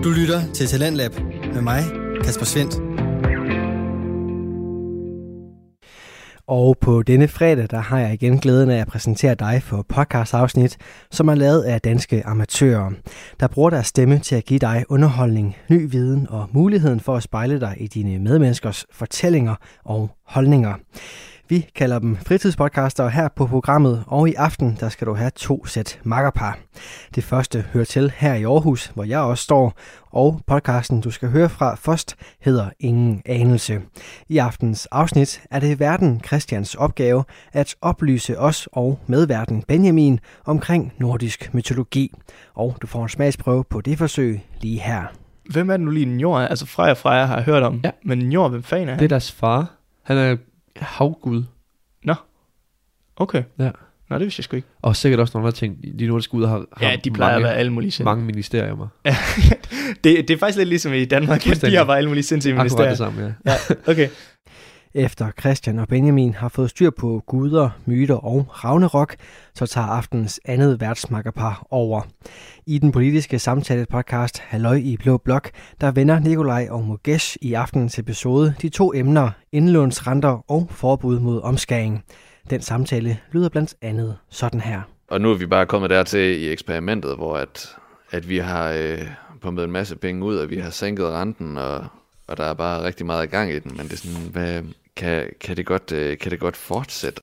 Du lytter til Talentlab med mig, Kasper Svendt. Og på denne fredag, der har jeg igen glæden af at præsentere dig for podcast-afsnit, som er lavet af danske amatører, der bruger deres stemme til at give dig underholdning, ny viden og muligheden for at spejle dig i dine medmenneskers fortællinger og holdninger. Vi kalder dem fritidspodcaster her på programmet, og i aften der skal du have 2 sæt makkerpar. Det første hører til her i Aarhus, hvor jeg også står, og podcasten du skal høre fra først hedder Ingen Anelse. I aftens afsnit er det værten Christians opgave at oplyse os og medværten Benjamin omkring nordisk mytologi. Og du får en smagsprøve på det forsøg lige her. Hvem er det nu lige Njord? Altså Freja har jeg hørt om. Ja. Men Njord, hvem fanden er han? Det er deres far. Han er havgud. Nå, okay. Ja. Nå, det vidste jeg sgu ikke. Og sikkert også nogle andre ting. De nordiske guder har Ja, de plejer at være alle mulige sind. mange ministerier. Ja, det er faktisk lidt ligesom i Danmark. De har bare alle mulige sindssyge ministerier. Akkurat det samme, ja. Ja, okay. Efter Christian og Benjamin har fået styr på guder, myter og Ragnarok, så tager aftens andet værtsmakkerpar over. I den politiske samtale-podcast Halløj i Blå Blok, der vender Nikolaj og Mukesh i aftenens episode de 2 emner, indlånsrenter og forbud mod omskæring. Den samtale lyder blandt andet sådan her. Og nu er vi bare kommet dertil i eksperimentet, hvor at vi har pumpet en masse penge ud, og vi har sænket renten, og der er bare rigtig meget i gang i den. Men det er sådan, kan det godt fortsætte?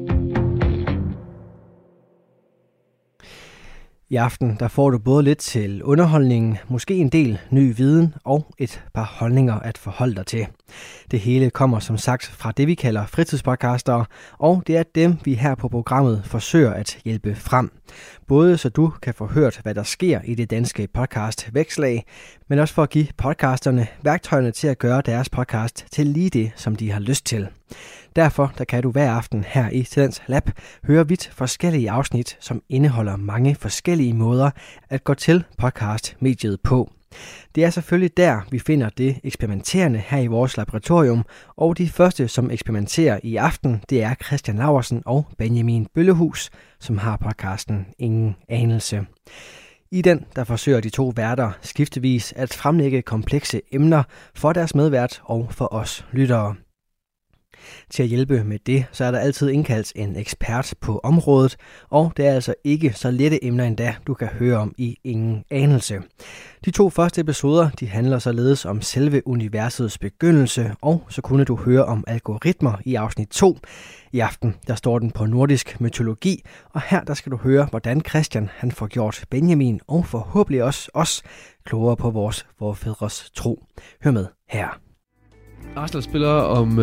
I aften der får du både lidt til underholdningen, måske en del ny viden og et par holdninger at forholde dig til. Det hele kommer som sagt fra det, vi kalder fritidspodcaster, og det er dem, vi her på programmet forsøger at hjælpe frem. Både så du kan få hørt, hvad der sker i det danske podcast Vækslag, men også for at give podcasterne værktøjerne til at gøre deres podcast til lige det, som de har lyst til. Derfor der kan du hver aften her i Talents Lab høre vidt forskellige afsnit, som indeholder mange forskellige måder at gå til podcastmediet på. Det er selvfølgelig der, vi finder det eksperimenterende her i vores laboratorium, og de første, som eksperimenterer i aften, det er Christian Laursen og Benjamin Bøllehus, som har podcasten Ingen Anelse. I den, der forsøger de 2 værter skiftevis at fremlægge komplekse emner for deres medvært og for os lyttere. Til at hjælpe med det, så er der altid indkaldt en ekspert på området, og det er altså ikke så lette emner endda, du kan høre om i Ingen Anelse. De 2 første episoder, de handler således om selve universets begyndelse, og så kunne du høre om algoritmer i afsnit 2. I aften, der står den på nordisk mytologi, og her der skal du høre, hvordan Christian han får gjort Benjamin og forhåbentlig også os klogere på vores forfædres tro. Hør med her. Arsenal spiller om...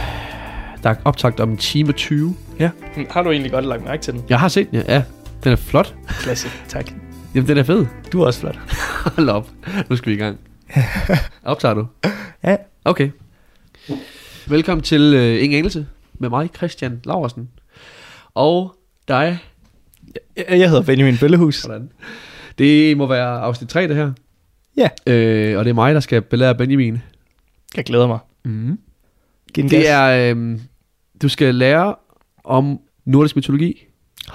der er optagt om 1 time og 20. Ja. Har du egentlig godt lagt mærke til den? Jeg har set den, ja. Den er flot. Klasse, tak. Jamen, den er fed. Du er også flot. Hold op. Nu skal vi i gang. Optager du? Ja. Okay. Velkommen til Ingen Anelse med mig, Christian Laursen. Og dig. Jeg hedder Benjamin Bøllehus. Sådan. Det må være afsnit 3, det her. Ja. Og det er mig, der skal belære Benjamin. Jeg glæder mig. Mm. Det er, du skal lære om nordisk mytologi.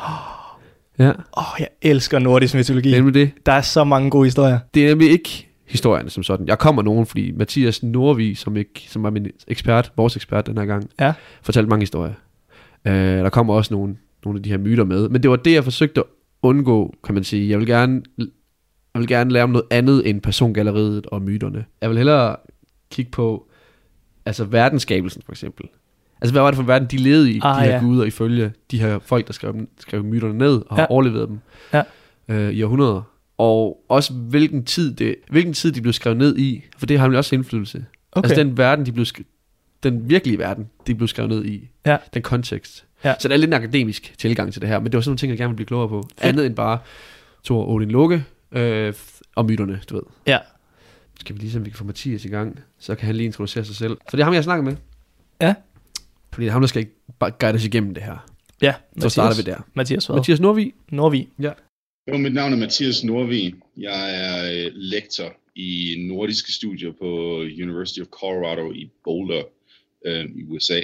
Ja. Jeg elsker nordisk mytologi. Nemlig det. Der er så mange gode historier. Det er nemlig ikke historierne som sådan. Jeg kommer nogen, fordi Mathias Nordvig, som var min ekspert, vores ekspert den her gang, fortalte mange historier. Der kommer også nogle af de her myter med. Men det var det, jeg forsøgte at undgå, kan man sige. Jeg vil gerne lære om noget andet end persongalleriet og myterne. Jeg vil hellere kigge på altså verdensskabelsen for eksempel. Altså hvad var det for en verden, de levede i, de her guder, ifølge de her folk, der skrev myterne ned og har overlevet dem i århundreder. Og også hvilken tid de blev skrevet ned i, for det har nemlig også indflydelse. Okay. Altså den verden, den virkelige verden, de blev skrevet ned i. Ja. Den kontekst. Ja. Så det er lidt en akademisk tilgang til det her, men det var sådan nogle ting, jeg gerne vil blive klogere på. Andet end bare Thor og Odin Loke og myterne, du ved. Ja. Skal vi lige se, om vi kan få Mathias i gang, så kan han lige introducere sig selv. For det er ham, jeg snakker med. Ja. Fordi det er ham, der skal bare guide os igennem det her. Ja, så starter vi der. Mathias Nordvig. Ja. Jo, mit navn er Mathias Nordvig. Jeg er lektor i nordiske studier på University of Colorado i Boulder i USA.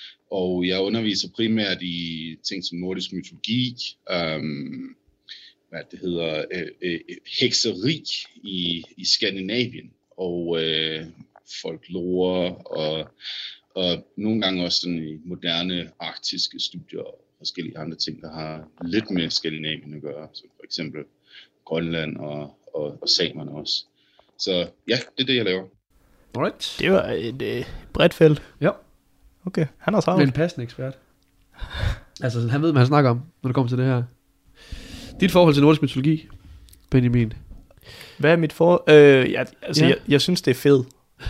Og jeg underviser primært i ting som nordisk mytologi, hekseri i Skandinavien, og folklore, og nogle gange også sådan i moderne arktiske studier og forskellige andre ting, der har lidt med Skandinavien at gøre, som for eksempel Grønland og samerne også. Så ja, det er det, jeg laver. Alright. Det var et bredt felt. Ja. Okay, han har travlt. Det er en passende ekspert. Altså, han ved, hvad han snakker om, når det kommer til det her. Dit forhold til nordisk mytologi, Benjamin? Hvad er mit forhold? Jeg synes, det er fedt.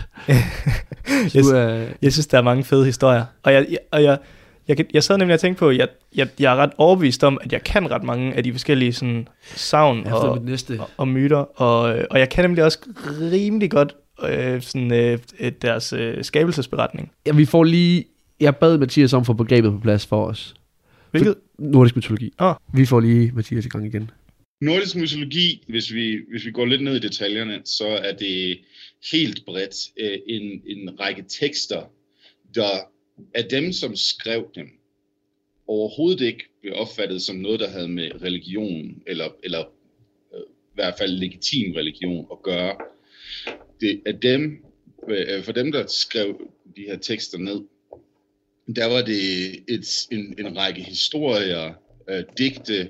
Jeg synes, der er mange fede historier. Og jeg sad nemlig og tænkte på, jeg er ret overbevist om, at jeg kan ret mange af de forskellige sådan, sagn og myter. Og jeg kan nemlig også rimelig godt deres skabelsesberetning. Ja, jeg bad Mathias om at få begrebet på plads for os. Hvilket? Nordisk mytologi. Vi får lige Mathias i gang igen. Nordisk mytologi, hvis vi går lidt ned i detaljerne, så er det helt bredt en række tekster, der af dem, som skrev dem, overhovedet ikke blev opfattet som noget, der havde med religion, eller i hvert fald legitim religion at gøre. Det er dem, for dem, der skrev de her tekster ned, der var det en række historier, digte,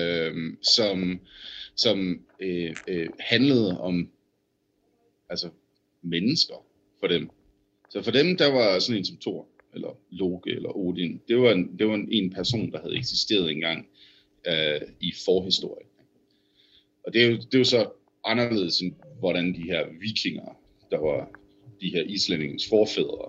som handlede om altså mennesker for dem. Så for dem, der var sådan en som Thor, eller Loke, eller Odin, det var en person, der havde eksisteret engang i forhistorien. Og det er jo så anderledes end hvordan de her vikinger, der var de her islændingens forfædre,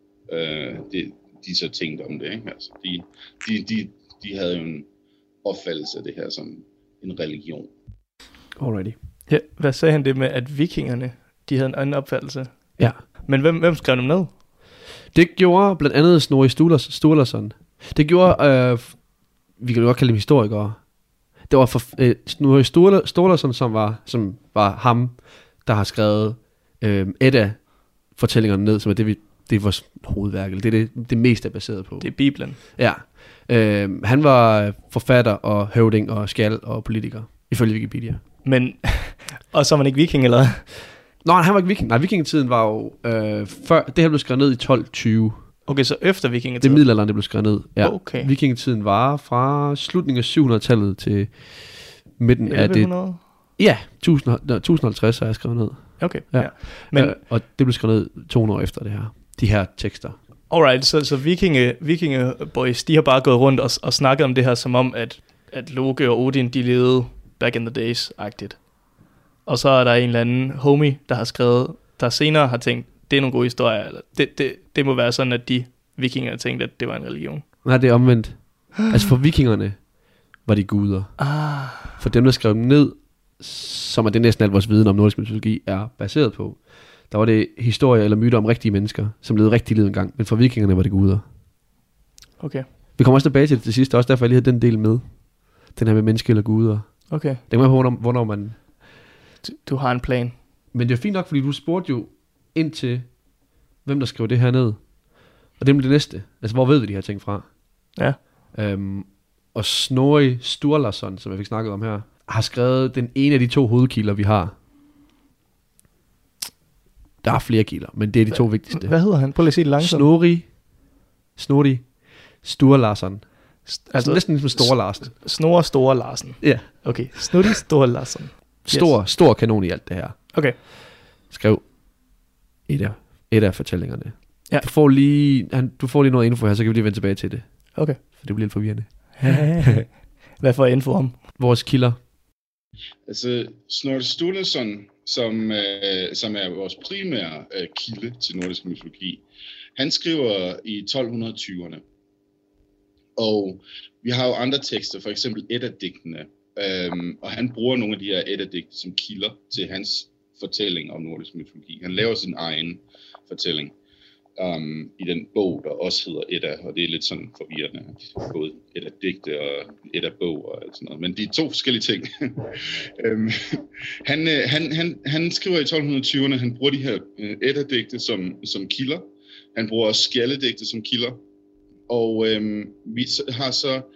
de så tænkte om det, ikke? Altså, de havde jo en opfattelse af det her som en religion. Alrighty. Ja, hvad sagde han det med, at vikingerne, de havde en anden opfattelse? Ja. Men hvem skrev dem ned? Det gjorde blandt andet Snorri Sturlason. Det gjorde, vi kan jo godt kalde dem historikere. Det var Snorri Sturlason, som var ham, der har skrevet Edda-fortællingerne ned, som er det er vores hovedværk, eller det er det mest er baseret på. Det er Bibelen. Ja. Han var forfatter og høvding og skald og politiker, ifølge Wikipedia. Men, og så var han ikke viking, eller? Nej, han var ikke viking. Nej, vikingetiden var jo før, det her blev skrevet ned i 1220. Okay, så efter vikingetiden? Det er middelalderen, det blev skrevet ned. Ja. Okay. Vikingetiden var fra slutningen af 700-tallet til midten af det. Ja, 1050 har jeg skrevet ned. Okay, ja. Men, og det blev skrevet ned 200 år efter det her. De her tekster. Alright, så vikinge boys, de har bare gået rundt og snakket om det her, som om, at Loke og Odin, de levede back in the days-agtigt. Og så er der en eller anden homie, der har skrevet, der senere har tænkt, det er nogle gode historier, eller det må være sådan, at de vikinger tænkte, at det var en religion. Nej, det er omvendt. Altså for vikingerne var de guder. For dem, der skrev dem ned, som er det næsten alt vores viden om nordisk mytologi er baseret på, der var det historier eller myter om rigtige mennesker, som levede rigtig liv engang, men for vikingerne var det guder. Okay. Vi kommer også tilbage til det til sidst, også derfor jeg lige havde den del med. Den her med mennesker eller guder. Okay. Det kan man på, hvornår man... Du har en plan. Men det er fint nok, fordi du spurgte jo ind til, hvem der skrev det her ned. Og det er det næste. Altså, hvor ved vi de her ting fra? Ja. Og Snorri Sturlason, som jeg fik snakket om her, har skrevet den ene af de 2 hovedkilder, vi har. Der er flere kilder, men det er de 2 vigtigste. Hvad hedder han? Prøv lige at sige det langsomt. Snorri Sturlason. Altså næsten ligesom Store Larsen. Snorre Store Larsen. Ja. Okay, Snorri Store Larsen. Stor kanon i alt det her. Okay. Skrev et af fortællingerne. Ja. Du får lige noget info her, så kan vi lige vende tilbage til det. Okay. For det bliver lidt forvirrende. Hvad får jeg info om? Vores kilder. Altså, Snorri Sturlason, som er vores primære kilde til nordisk mytologi, han skriver i 1220'erne. Og vi har jo andre tekster, for eksempel Edda-digtene, og han bruger nogle af de her Edda-digte som kilder til hans fortælling om nordisk mytologi. Han laver sin egen fortælling i den bog, der også hedder Edda, og det er lidt sådan forvirrende, både Edda-digte og Edda-bog og alt sådan noget. Men de er 2 forskellige ting. Han skriver i 1220'erne, han bruger de her Edda-digte som kilder. Han bruger også skjaldedigte som kilder. Og vi har så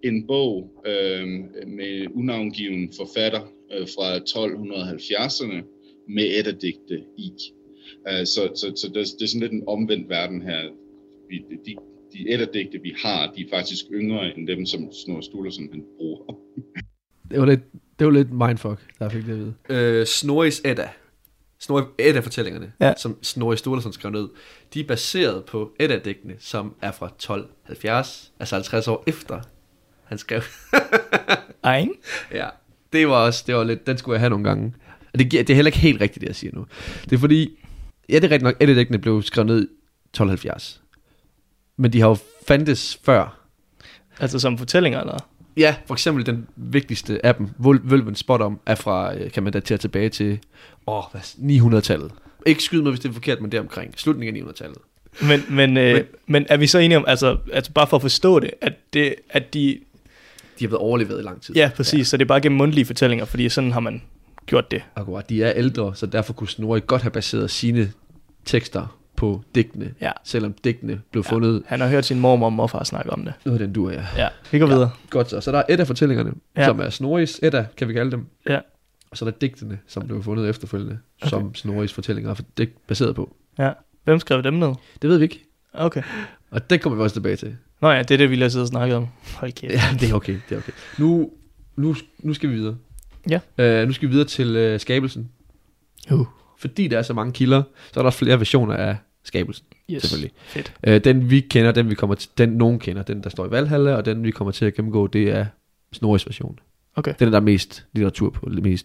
en bog med unavngiven forfatter fra 1270'erne med eddadigte i. Så det er sådan lidt en omvendt verden her. De eddadigte, vi har, de er faktisk yngre end dem, som Snorre Sturluson han bruger. Det var lidt mindfuck, der fik det at vide. Snorris Edda. Snorri Edda-fortællingerne, som Snorre Sturluson skrev ned, de er baseret på Edda-digtene, som er fra 1270, altså 50 år efter, han skrev. Ej? Ja, det var lidt, den skulle jeg have nogle gange. Og det er heller ikke helt rigtigt, det jeg siger nu. Det er fordi, ja, det er rigtigt nok, Edda-digtene blev skrevet ned i 1270. Men de har jo fandtes før. Altså som fortællinger, eller? Ja, for eksempel den vigtigste af dem, Vølvens Spådom, er fra, kan man datere tilbage til 900-tallet. Ikke skyde mig, hvis det er forkert, men det er omkring slutningen af 900-tallet. Men er vi så enige om, altså bare for at forstå det, at de har været overlevet i lang tid. Ja, præcis, ja. Så det er bare gennem mundtlige fortællinger, fordi sådan har man gjort det. Akkurat, de er ældre, så derfor kunne Snorri godt have baseret sine tekster på digtene, selvom digtene blev fundet. Han har hørt sin mormor og morfar snakke om det. Nu er den ja. Ja, vi går videre. Godt så der er Edda-fortællingerne, som er Snorris Edda, kan vi kalde dem. Ja. Og så er der digtene, som blev fundet efterfølgende, som Snorris fortællinger er baseret på. Ja. Hvem skrev dem ned? Det ved vi ikke. Okay. Og det kommer vi også tilbage til. Nå ja, det er det, vi lige har siddet og snakket om. Hold kæft. Ja, det er okay. Nu skal vi videre. Ja. Nu skal vi videre til skabelsen. Fordi der er så mange kilder, så er der flere versioner af skabelsen. Yes. Selvfølgelig. Fedt. Den vi kender, den vi kommer til, den nogen kender, den der står i Valhalla, og den vi kommer til at gennemgå, det er Snorris version. Okay. Den er der mest litteratur på, mest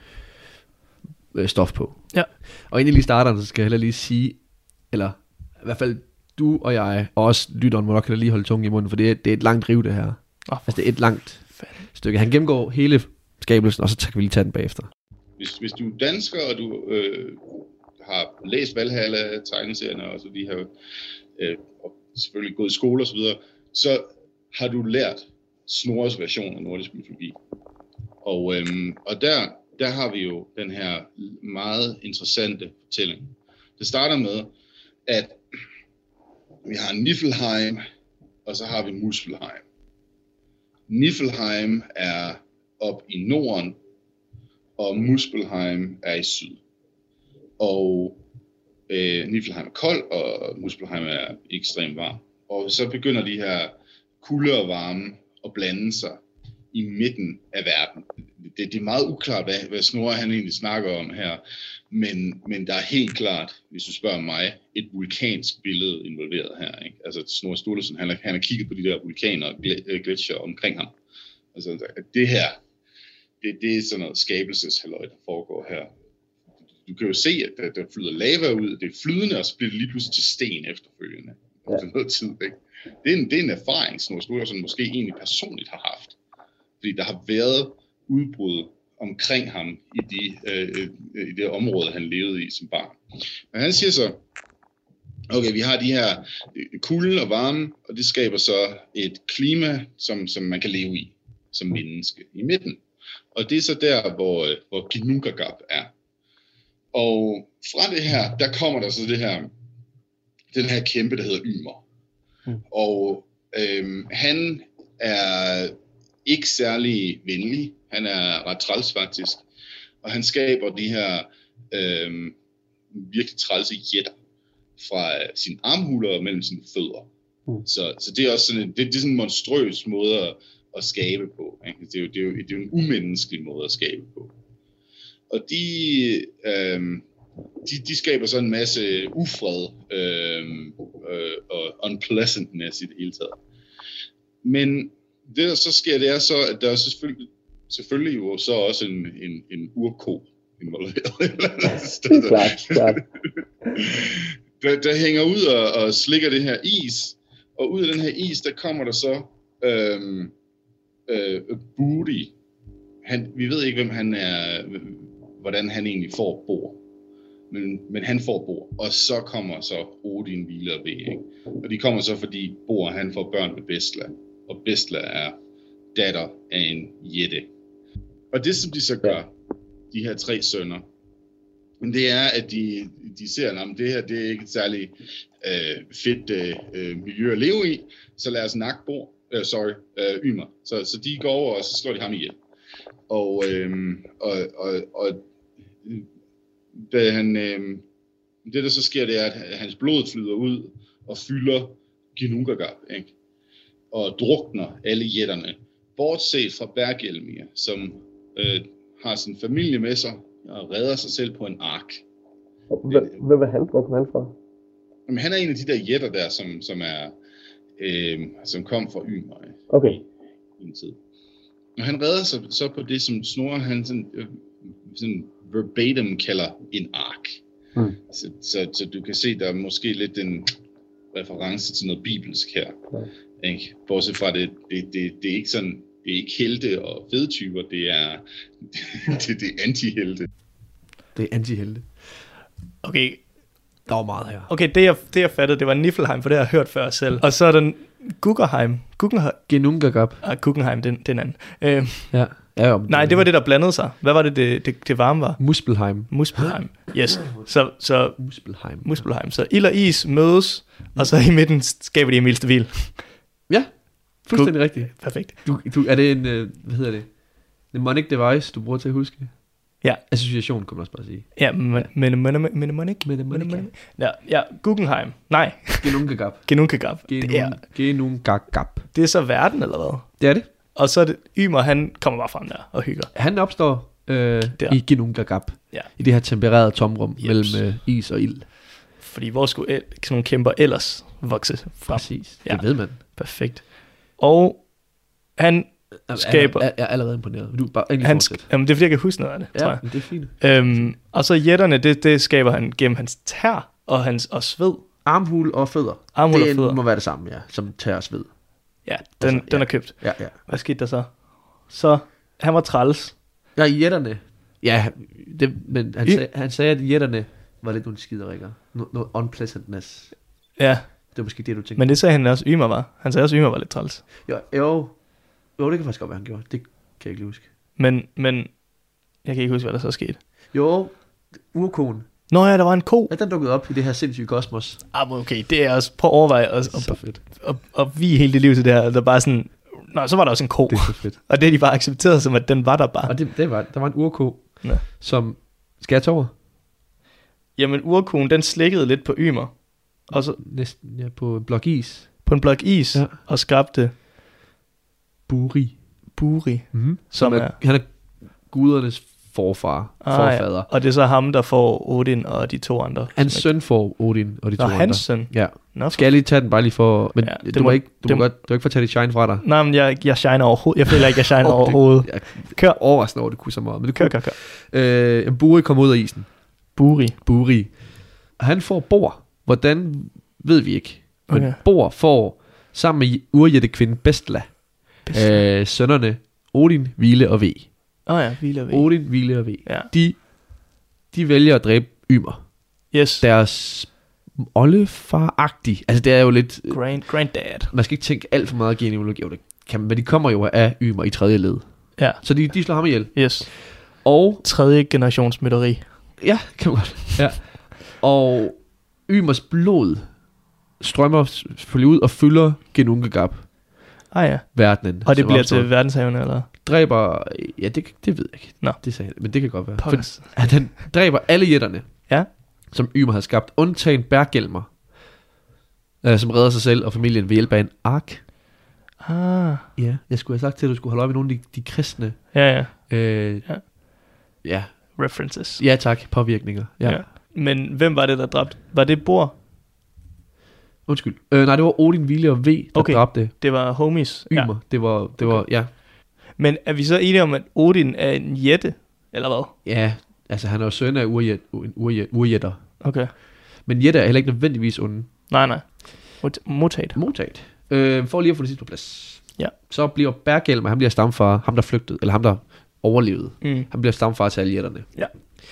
stof på. Ja. Og inden jeg lige starter, så skal jeg heller lige sige, eller i hvert fald du og jeg, og også lytteren må nok lige holde tungen i munden, for det er et langt riv det her. Altså det er et langt stykke. Han gennemgår hele skabelsen, og så kan vi lige tage den bagefter. Hvis du er dansker, og du har læst Valhalla, tegneserierne, og så de har og selvfølgelig gået i skole og så videre, så har du lært Snorres version af nordisk mytologi. Og der har vi jo den her meget interessante fortælling. Det starter med, at vi har Niflheim, og så har vi Muspelheim. Niflheim er op i Norden, og Muspelheim er i syd. Og Niflheim er kold, og Muspelheim er ekstremt varm. Og så begynder de her kulde og varme at blande sig i midten af verden. Det er meget uklart, hvad Snorre han egentlig snakker om her, men der er helt klart, hvis du spørger mig, et vulkansk billede involveret her. Ikke? Altså Snorre Sturluson, han har kigget på de der vulkaner og gletsjer omkring ham. Altså det her, det er sådan noget skabelseshalløj, der foregår her. Du kan jo se, at der flyder lava ud, det er flydende, og så bliver det lige pludselig til sten efterfølgende. Efter noget tid, ikke? Det er en erfaring, Snorre Sturluson måske egentlig personligt har haft. Fordi der har været udbrud omkring ham i det område, han levede i som barn. Men han siger så, okay, vi har de her kulde og varme, og det skaber så et klima, som man kan leve i som menneske i midten. Og det er så der, hvor Ginnungagap er. Og fra det her, der kommer der så den her kæmpe, der hedder Ymer. Og han er ikke særlig venlig. Han er ret træls faktisk. Og han skaber de her virkelig trælse jætter fra sine armhuler mellem sine fødder. Så det er også sådan det er sådan en monstrøs måde at skabe på. Ikke? Det er jo en umenneskelig måde at skabe på. Og de skaber så en masse ufred og unpleasantness i det hele taget. Men det der så sker, det er så, at der er selvfølgelig jo så også en urko involveret. Klart. Der hænger ud og slikker det her is, og ud af den her is, der kommer der så Buri. Vi ved ikke, hvem han er, hvordan han egentlig får bor. Men han får bor, og så kommer så Odin hviler ved, ikke? Og de kommer så, fordi Bor, han får børn med Bestla, og Bestla er datter af en jætte. Og det, som de så gør, de her 3 sønner, det er, at de ser, at det her det er ikke et særligt fedt miljø at leve i, så lad os nakke Bor, Ymer. Så de går over, og så slår de ham ihjel. Og da han, det der så sker, det er, at hans blod flyder ud og fylder Ginnungagap, ikke? Og drukner alle jætterne, bortset fra Bergelmir, som har sin familie med sig og redder sig selv på en ark. Hvem er han? Hvor kom han fra? Jamen, han er en af de der jætter der, som kom fra Ymer. Okay. I en tid. Og han redder sig så på det, som Snorre han sådan verbatim kalder en ark. Så du kan se, der er måske lidt en reference til noget bibelsk her. Ikke? Bortset fra det er ikke sådan, det er ikke helte og fede typer, det er anti-helte. Det er anti-helte. Okay. Der var meget her. Okay, det jeg fattede, det var Niflheim, for det har jeg hørt før selv. Og så er den Guggenheim. Ginnungagap. Guggenheim, den anden. Ja. Nej, det var det, der blandede sig. Hvad var det varme var? Muspelheim. Yes. Så Muspelheim. Så ild og is mødes, og så i midten skaber de Emil Stabil. Ja, fuldstændig rigtigt. Perfekt. Du er det en, hvad hedder det? Mnemonic device, du bruger til at huske? Ja. Association, kan man også bare sige. Ja, mnemonic. Ja, Guggenheim. Nej. Ginnungagap. Ginnungagap. Det er så verden, eller hvad? Det er det. Og så er det Ymer, han kommer bare frem der og hygger. Han opstår i Ginnungagap. Ja. I det her tempererede tomrum mellem is og ild. Fordi hvor skulle sådan nogle kæmper ellers vokse frem? Præcis, det ved man. Perfekt. Og han skaber... Jeg er allerede imponeret. Du bare jamen, det er fordi, jeg kan huske noget af det, tror jeg. Det er fint. Og så jætterne, det skaber han gennem hans tær og sved. Armhul og fødder. Det må være det samme, ja, som tær og sved. Ja, den er købt. Ja. Hvad skete der så? Så han var træls. Ja, jætterne. Ja, men han sagde, at jætterne var lidt nogle skiderikker. Noget unpleasantness. Ja. Det var måske det, du tænkte. Men det sagde han også, Ymer var. Han sagde også, Ymer var lidt træls. Jo, det kan faktisk godt være, han gjorde. Det kan jeg ikke huske. Men jeg kan ikke huske, hvad der så skete. Jo, urkoen. Nå ja, der var en ko. Ja, den dukkede op i det her sindssyge kosmos. Okay, det er også på at overveje at vie hele det liv til det her. Der bare sådan, så var der også en ko. Det er så fedt. Og det de bare accepterede som, at den var der bare. Og der var en urko, som... Skal jeg tage over? Jamen, urkoen, den slikkede lidt på Ymer. Og så... Næsten, ja, på en blok is. På en blok is, ja. Og skabte... Buri. Mm-hmm. Som er... Han er gudernes forfader. Ja. Og det er så ham, der får Odin og de to andre. Hans søn får Odin og de to andre. Hans søn? Ja. Skal jeg lige tage den bare lige for... Men ja, du må ikke få tage dit shine fra dig. Nej, men jeg shiner overhovedet. Jeg føler ikke, jeg shiner overhovedet. Kør. Overraskende over, det kunne så meget. Men det kør. Buri kommer ud af isen. Buri. Han får Bor. Hvordan ved vi ikke. Men Bor får sammen med urjættekvinden Bestla. Sønnerne Odin, Vile og V. Vile og V. Odin, Vile og V. Ja. De vælger at dræbe Ymer. Yes. Deres oldefar-agtig. Altså det er jo lidt... Granddad. Man skal ikke tænke alt for meget genealogi over det. Men de kommer jo af Ymer i tredje led. Ja. Så de slår ham ihjel. Yes. Og... tredje generations mytteri. Ja, kan man godt. Ja. Og Ymers blod strømmer selvfølgelig ud og fylder Ginnungagap. Ja. Verdenen. Og det bliver til verdenshavene, eller? Dræber... Ja, det ved jeg ikke. Nå. Det sagde jeg, men det kan godt være. For, den dræber alle jætterne. Ja. Som Ymer havde skabt. Undtagen Bergelmer. Som redder sig selv og familien ved hjælp af en ark. Ja, jeg skulle have sagt til, at du skulle holde op i nogle af de kristne. Ja. Ja. References. Ja, tak. Påvirkninger. Ja. Men hvem var det, der dræbte? Var det Bor? Undskyld. Nej, det var Odin, Vile og V, der dræbte. Det var homies. Ymer. Det var, ja. Men er vi så enige om, at Odin er en jætte, eller hvad? Ja, altså han er jo søn af urjætter. Okay. Men jætter er heller ikke nødvendigvis onde. Nej. Motat. For lige at få det sidste på plads. Ja. Så bliver Bergelmer, han bliver stamfar, ham der flygtede, eller ham der overlevede. Han bliver stamfar til alle jætterne. Ja.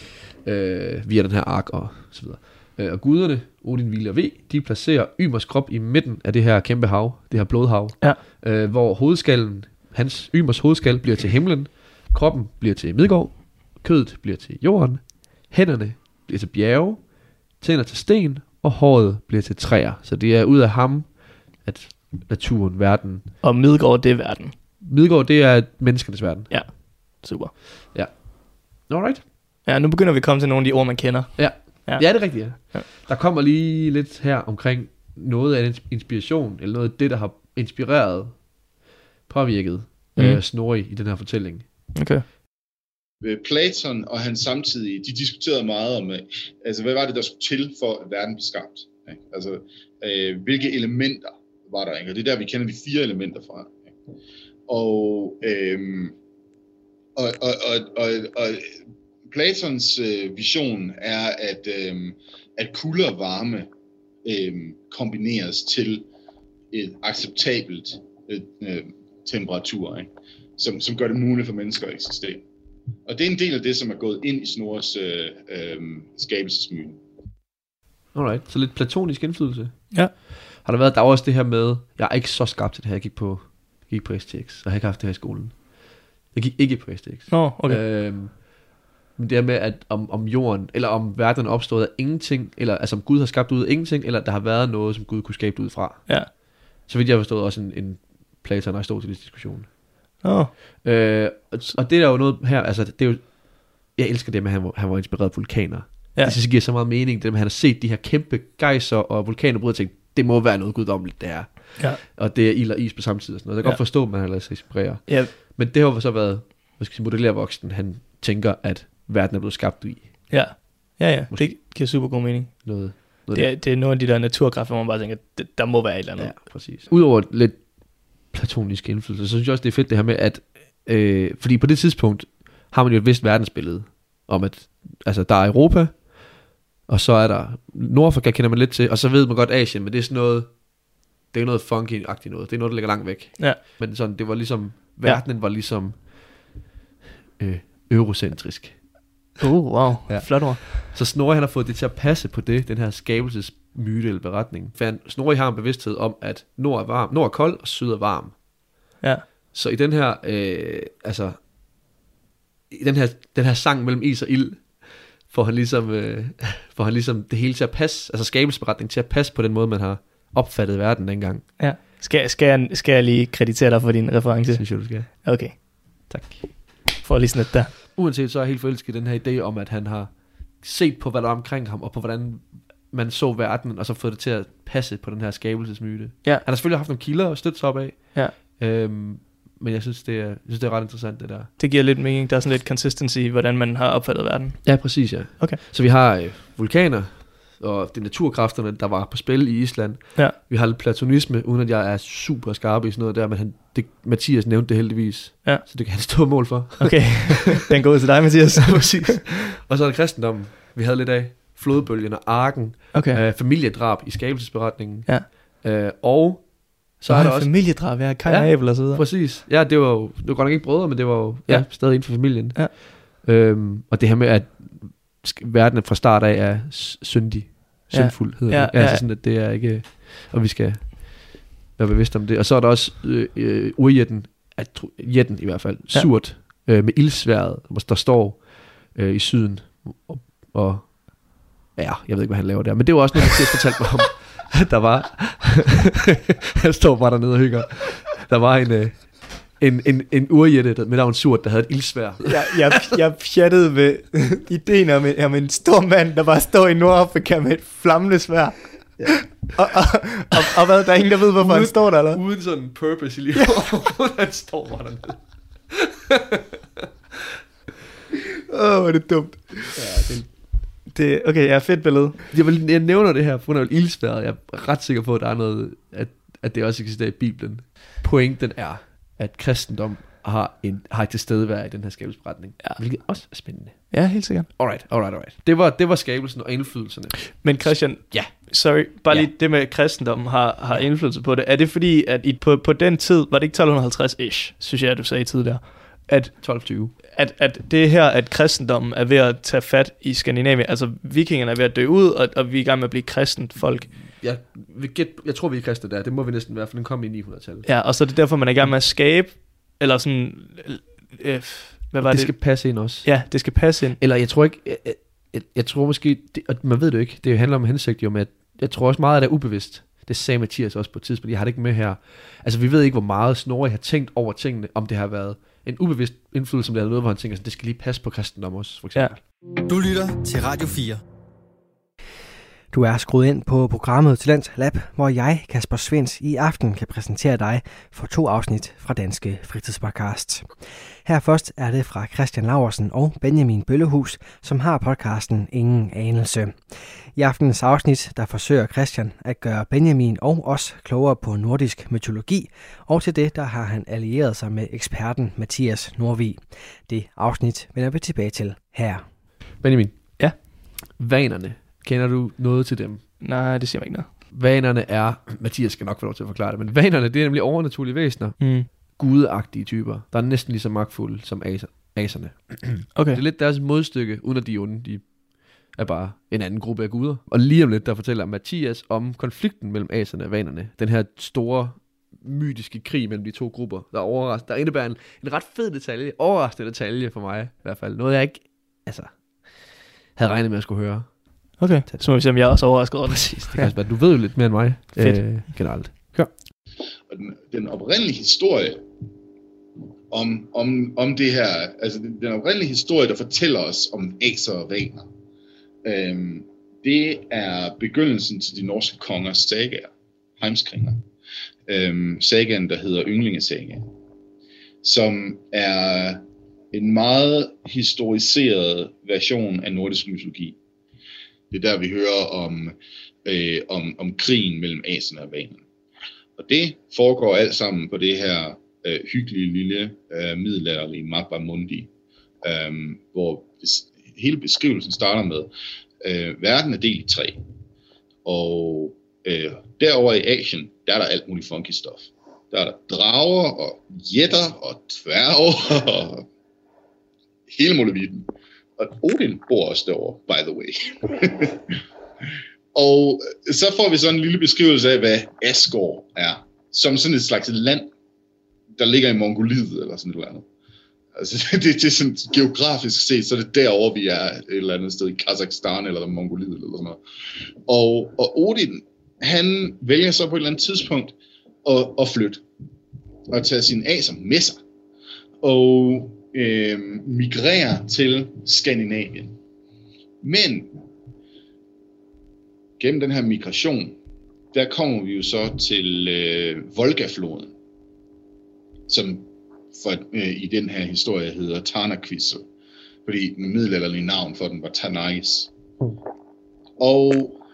Via den her ark og så videre. Og guderne, Odin, Vile og V, de placerer Ymers krop i midten af det her kæmpe hav, det her blodhav, hvor hovedskallen, Ymers hovedskal bliver til himlen, kroppen bliver til Midgård, kødet bliver til jorden, hænderne bliver til bjerge, tænder til sten, og håret bliver til træer. Så det er ud af ham, at naturen, verden. Og Midgård, det er verden. Midgård, det er menneskernes verden. Ja, super. Ja. Alright. Ja, nu begynder vi at komme til nogle af de ord, man kender. Ja, det er rigtigt, ja. Der kommer lige lidt her omkring noget af inspiration, eller noget af det, der har inspireret, påvirket Snorri i den her fortælling. Okay. Platon og hans samtidige, de diskuterede meget om, altså hvad var det, der skulle til for, at verden blev skabt? Ikke? Altså, hvilke elementer var der? Ikke? Og det er der, vi kender de 4 elementer fra. Ikke? Og Platons vision er, at kulde og varme kombineres til et acceptabelt temperatur, ikke? Som gør det muligt for mennesker at eksistere. Og det er en del af det, som er gået ind i Snorres skabelsesmyte. Alright, så lidt platonisk indflydelse. Ja. Har der været, der var også det her med, jeg er ikke så skarp til det her, jeg gik på STX, og jeg har ikke haft det her i skolen. Jeg gik ikke på STX. Okay. Men det her med, at om jorden, eller om verden er opstået af ingenting, eller altså om Gud har skabt ud af ingenting, eller der har været noget, som Gud kunne skabe ud fra. Ja. Så vidt jeg har forstået også en Platon og Aristoteles diskussion. Og det er jo noget her, altså det er jo, jeg elsker det med, at han var inspireret af vulkaner. Ja. Det synes jeg giver så meget mening, det med, at han har set de her kæmpe gejser og vulkaner bryde og tænkt, det må være noget guddommeligt, det er. Ja. Og det er ild og is på samme tid og sådan noget. Jeg kan godt forstå, at man har ladet sig inspirere. Ja. Men det har så været, modellervoksen, han tænker, at verden er blevet skabt i. Ja. Måske. Det giver super god mening. Det er nogle af de der naturkræfter, hvor man bare tænker, der må være et eller andet. Ja, præcis. Udover lidt platonisk indflydelse, så synes jeg også, det er fedt det her med, at fordi på det tidspunkt har man jo et vist verdensbillede om, at altså, der er Europa, og så er der Nordafrika, kender man lidt til, og så ved man godt Asien, men det er sådan noget, det er noget funky-agtigt noget, det er noget, der ligger langt væk. Ja. Men sådan, det var ligesom, verdenen var ligesom eurocentrisk. Wow, ja. Flot ord. Så Snorri, han har fået det til at passe på det, den her skabelsesmyte eller beretning. For Snorri har en bevidsthed om, at nord er varm, nord er kold, og syd er varm. Ja. Så i den her, i den her sang mellem is og ild, får han ligesom det hele til at passe, altså skabelsesberetning til at passe på den måde, man har opfattet verden dengang. Ja. Skal jeg lige kreditere dig for din reference? Synes jeg, du skal. Okay. Tak. For lige sådan et der. Uanset så er jeg helt forelsket i den her idé om, at han har set på, hvad der er omkring ham, og på hvordan man så verden, og så fået det til at passe på den her skabelsesmyte. Ja. Han har selvfølgelig haft nogle kilder at støtte sig op af. Ja. Men jeg synes, det er ret interessant, det der. Det giver lidt mening. Der er sådan lidt consistency i, hvordan man har opfattet verden. Ja, præcis, ja. Okay. Så vi har vulkaner, og de naturkræfterne, der var på spil i Island. Ja. Vi har lidt platonisme, uden at jeg er super skarp i sådan noget der, men Mathias nævnte det heldigvis. Ja. Så det kan han stå mål for. Okay, den går ud til dig, Mathias. Præcis. Og så er der kristendommen, vi havde lidt af. Flodbølgen og arken. Okay. Familiedrab i skabelsesberetningen. Ja. Og så er der også familiedrab, ja, Kain og Abel og så videre. Præcis. Ja, det var godt nok ikke brødre, men det var jo stadig inden for familien. Ja. Og det her med, at verden fra start af er syndfuld, hedder det. Altså sådan, at det er ikke, og vi skal være bevidste om det. Og så er der også urjætten, jætten i hvert fald, surt, med ildsværdet, der står i syden, og ja, jeg ved ikke, hvad han laver der, men det var også noget, Mathias fortalte mig om, at der var, han står bare dernede og hygger, der var en urjætte med navn Surt, der havde et ildsværd. Jeg pjattede med ideen om en stor mand, der bare står i Nordafrika med et flammende sværd. Ja. Og hvad, der er ingen, der ved, hvorfor han står der, eller? Uden sådan purpose i livet. Han står bare dernede. Hvor er det dumt. Ja, okay, ja, fedt billede. Jeg nævner det her, for ildsværd. Jeg er ret sikker på, at der er noget, at det også eksisterer i Bibelen. Pointen er, at kristendom har et tilstedeværelse i den her skabelsesberetning, hvilket også er spændende. Ja, helt sikkert. Alright. Det var skabelsen og indflydelserne. Men Christian, sorry, bare lige det med kristendom har indflydelse på det. Er det fordi, at på den tid, var det ikke 1250-ish, synes jeg, du sagde tidligere, at 1220. At det her, at kristendommen er ved at tage fat i Skandinavien, altså vikingerne er ved at dø ud, og vi er i gang med at blive kristent folk. Jeg tror, vi er kristne der. Det må vi næsten være, for den kom i 900-tallet. Ja, og så er det derfor, man er i gang med at skabe, eller sådan, hvad var det? Det skal passe ind også. Ja, det skal passe ind. Eller jeg tror ikke, jeg tror måske, man ved det jo ikke, det handler om hensigt jo med, at jeg tror også meget, at det er ubevidst. Det sagde Mathias også på et tidspunkt. Jeg har det ikke med her. Altså, vi ved ikke, hvor meget Snorri har tænkt over tingene, om det har været en ubevidst indflydelse, som det er noget, hvor han tænker, det skal lige passe på kristendom også, for eksempel. Ja. Du lytter til Radio 4. Du er skruet ind på programmet Talent Lab, hvor jeg, Kasper Svindt, i aften kan præsentere dig for 2 afsnit fra Danske Fritidspodcast. Her først er det fra Christian Laursen og Benjamin Bøllehus, som har podcasten Ingen Anelse. I aftenens afsnit, der forsøger Christian at gøre Benjamin og os klogere på nordisk mytologi, og til det, der har han allieret sig med eksperten Mathias Nordvig. Det afsnit vender vi tilbage til her. Benjamin. Ja? Vanerne. Kender du noget til dem? Nej, det siger mig ikke noget. Vanerne er, Mathias skal nok få lov til at forklare det, men vanerne, det er nemlig overnaturlige væsener. Gudeagtige typer, der er næsten lige så magtfulde som aserne. Okay. Det er lidt deres modstykke, uden at de er onde. De er bare en anden gruppe af guder. Og lige om lidt, der fortæller Mathias om konflikten mellem aserne og vanerne. Den her store, mytiske krig mellem de 2 grupper, der indebærer en ret fed detalje, overraskende detalje for mig i hvert fald. Noget jeg ikke havde regnet med at skulle høre. Okay, så må vi se, om jeg er også overrasket over det sidste. Det kan også være, du ved jo lidt mere end mig. Generelt. Kør. Og den oprindelige historie om det her, altså den oprindelige historie, der fortæller os om aser og vaner, det er begyndelsen til de norske kongers sagaer, Heimskringla. Sagaen, der hedder Ynglingesaga, som er en meget historiseret version af nordisk mytologi. Det er der, vi hører om krigen mellem aserne og vanerne. Og det foregår alt sammen på det her hyggelige lille middelalderlige Mappa Mundi, hvor hele beskrivelsen starter med, verden er delt i 3. Og derover i Asien, der er der alt muligt funky stof. Der er der drager og jætter og dværge og hele muligheden. Og Odin bor også derovre, by the way. Og så får vi sådan en lille beskrivelse af, hvad Asgård er. Som sådan et slags land, der ligger i Mongoliet eller sådan et eller andet. Altså, det er sådan geografisk set, så er det derovre, vi er et eller andet sted i Kazakhstan eller Mongoliet eller sådan noget. Og Odin, han vælger så på et eller andet tidspunkt at flytte og tage sine aser med sig. Og migrerer til Skandinavien. Men gennem den her migration, der kommer vi jo så til Volgafloden, som i den her historie hedder Tanakvisl, fordi den middelalderlige navn for den var Tanais. Og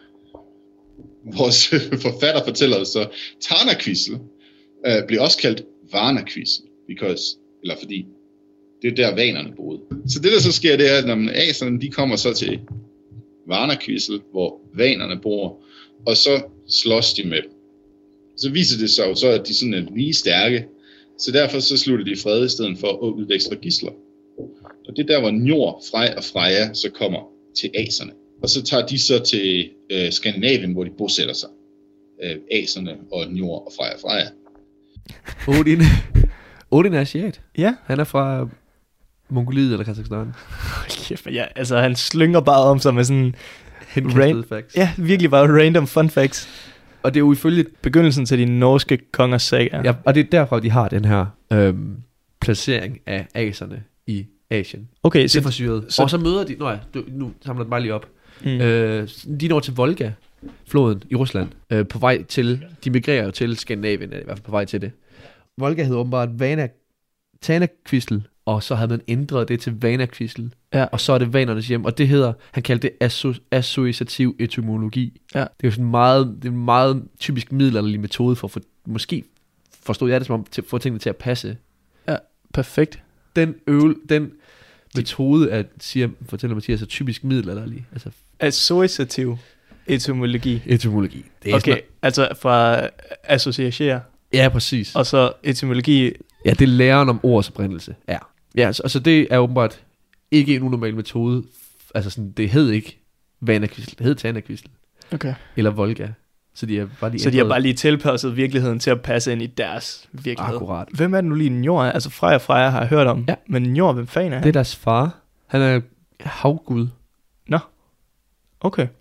vores forfatter fortæller os så, Tanakvisl bliver også kaldt Varnakvisl, fordi det er der vanerne boede. Så det der så sker, det er, at når aserne, de kommer så til Varnakvisl, hvor vanerne bor, og så slås de med dem. Så viser det sig jo så, at de sådan er lige stærke, så derfor så slutter de fred i stedet for at udveksle gidsler. Og det er der, hvor Njord, Frej og Freja så kommer til aserne. Og så tager de så til Skandinavien, hvor de bosætter sig. Aserne og Njord og Frej og Freja. Odin er asiat. Ja. Han er fra Mongoliet eller Kazakhstan. Kæft, ja, altså han slynger bare om sig med sådan facts. Ja, virkelig bare random fun facts. Og det er jo ifølge begyndelsen til de norske kongers saga. Ja, og det er derfor, de har den her placering af aserne i Asien. Okay, det er for syret. Og så møder de, nu samler det bare lige op. De når til Volga-floden i Rusland, på vej til, de migrerer jo til Skandinavien, i hvert fald på vej til det. Volga hed åbenbart Tanakvisl, og så havde man ændret det til Vanakvisl, og så er det vanernes hjem, og det hedder, han kaldte det associativ etymologi. Ja. Det er jo sådan en meget typisk middelalderlig metode for måske forstod jeg det som om, få tingene til at passe. Ja, perfekt. Den metode, fortæller Mathias, er typisk middelalderlig. Altså associativ etymologi. Etymologi. Det er okay, altså fra associere. Ja, præcis. Og så etymologi. Ja, det er læren om ords oprindelse. Ja, altså det er åbenbart ikke en unormal metode. Altså sådan, det hed ikke Vanakvisl, det hed Tanakvisl. Okay. Eller Volga. Så de har bare lige tilpasset virkeligheden til at passe ind i deres virkelighed. Akkurat. Hvem er det nu lige Njord? Altså Freja har jeg hørt om. Ja. Men Njord, hvem fanden er han? Det er deres far. Han er havgud. Nå. Okay. Ja.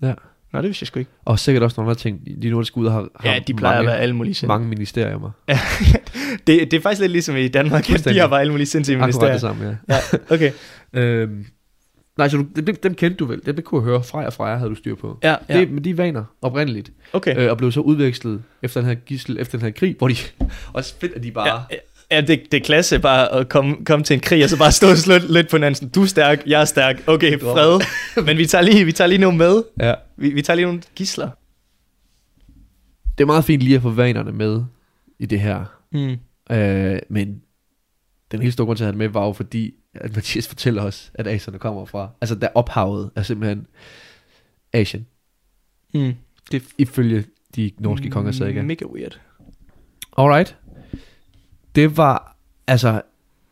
Nå, det vidste jeg sgu ikke. Og sikkert også nogle andre ting. De nordiske guder har ja, de plejer at være alle mulige mange ministerier. det er faktisk lidt ligesom i Danmark. De har bare alle mulige sindssyge ministerier. Det samme, ja. Okay. Nej, så dem kendte du vel. Det kunne jeg høre. Freja havde du styr på. Ja. Men de er vaner oprindeligt. Okay. Og blev så udvekslet efter den her krig, hvor de også fedt, at de bare... Ja, det er klasse bare at komme til en krig, og så bare stå og slå lidt på hinanden. Du er stærk, jeg er stærk. Okay, fred. Men vi tager lige nogle med. Ja. Vi tager lige nogle gidsler. Det er meget fint lige at få vanerne med i det her. Men den helt store grund til at have det med, var jo fordi, at Mathias fortæller os, at aserne kommer fra. Altså, der ophavet er simpelthen Asien. Det ifølge de norske konger saga. Mega weird. Alright. Det var, altså,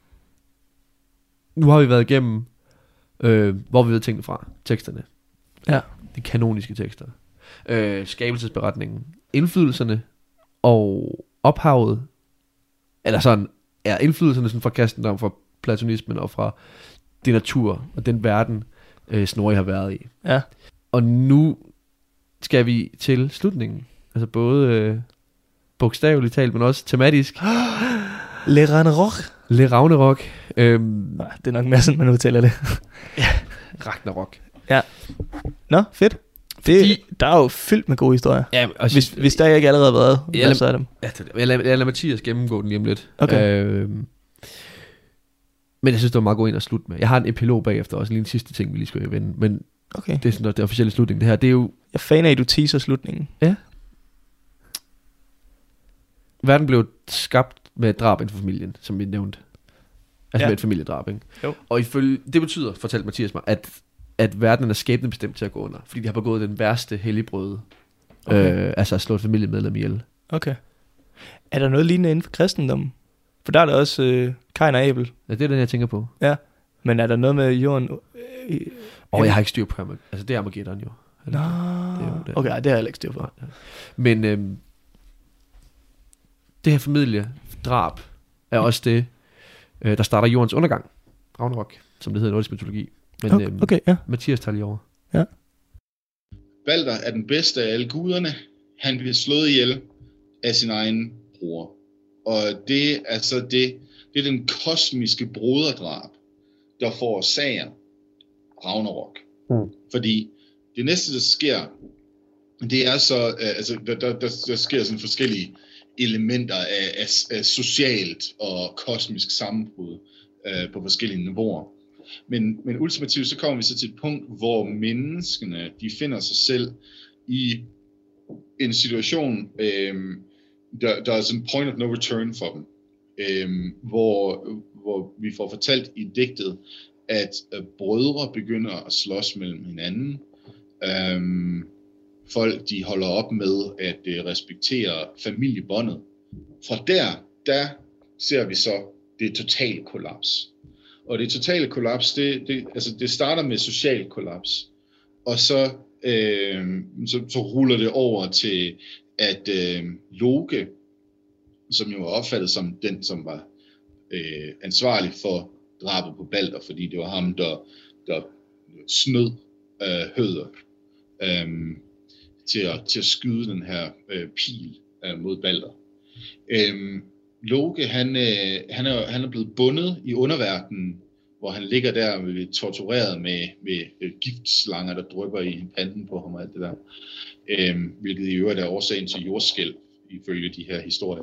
nu har vi været igennem, hvor vi ved tingene fra, teksterne. Ja. De kanoniske tekster. Skabelsesberetningen, indflydelserne og ophavet, eller sådan, indflydelserne sådan fra kristendom, fra platonismen og fra det natur og den verden, Snorri har været i. Ja. Og nu skal vi til slutningen. Altså både bogstaveligt talt, men også tematisk. Le Ragnarok. Le Ragnarok. Det er nok mere sådan, man udtaler det. Ja, Ragnarok. Ja. Nå, fedt. Der er jo fyldt med gode historier. Ja, hvis der ikke allerede har været, så er dem. Ja, jeg lader Mathias gennemgå den lige om lidt. Okay. Men jeg synes, det var meget godt ind at slutte med. Jeg har en epilog bagefter også, lige en sidste ting, vi lige skal vende. Men okay. Det er sådan det officielle slutning. Det her, det er jo... Jeg er fan af, at du teaser slutningen. Ja. Verden blev skabt med et drab inden for familien, som vi nævnte. Altså med et familiedrab, ikke? Jo. Og ifølge, det betyder, fortalte Mathias mig, at verden er skæbnebestemt til at gå under, fordi de har begået den værste helligbrøde. Okay. Altså at slå et familiemedlem ihjel. Okay. Er der noget lignende inden for kristendommen? For der er der også Kain og Abel. Ja, det er den, jeg tænker på. Ja. Men er der noget med jorden? Jeg har ikke styr på ham. Altså det er Armageddon jo. Nå. Okay, det har jeg ikke styr på. Ja. Men det her familiedrab er også det, der starter jordens undergang. Ragnarok, som det hedder i nordisk mytologi. Men okay, ja. Mathias tager lige over. Ja. Balder er den bedste af alle guderne. Han bliver slået ihjel af sin egen bror. Og det er så det er den kosmiske broderdrab, der forårsager Ragnarok. Fordi det næste, der sker, det er så, altså der sker sådan forskellige elementer af socialt og kosmisk sammenbrud på forskellige niveauer. Men ultimativt så kommer vi så til et punkt, hvor menneskene, de finder sig selv i en situation, der er sådan point of no return for dem, hvor vi får fortalt i digtet, at brødre begynder at slås mellem hinanden. Folk, de holder op med at respektere familiebåndet. Fra der ser vi så det totale kollaps. Og det totale kollaps, det starter med social kollaps. Og så ruller det over til, at Loke, som jo var opfattet som den, som var ansvarlig for drabet på Balder, fordi det var ham, der snød Høder til at skyde den her pil mod Balder. Loke, han er blevet bundet i underverdenen, hvor han ligger der tortureret med giftslanger, der drypper i panden på ham og alt det der. Hvilket i øvrigt er årsagen til jordskælv, ifølge de her historier.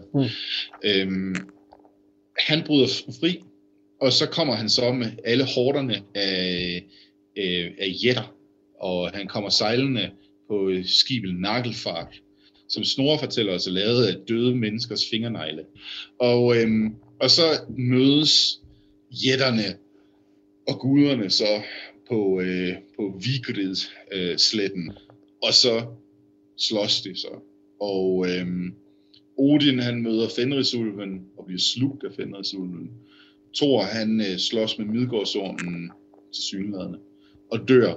Han bryder fri, og så kommer han så med alle horderne af jætter, og han kommer sejlende på skibet Nagelfar, som Snorre fortæller os er lavet af døde menneskers fingernegle. Og så mødes jætterne og guderne så på Vigrid-sletten, og så slås de så. Og Odin, han møder Fenrisulven og bliver slugt af Fenrisulven. Thor, han slås med Midgårdsormen til synlædende og dør.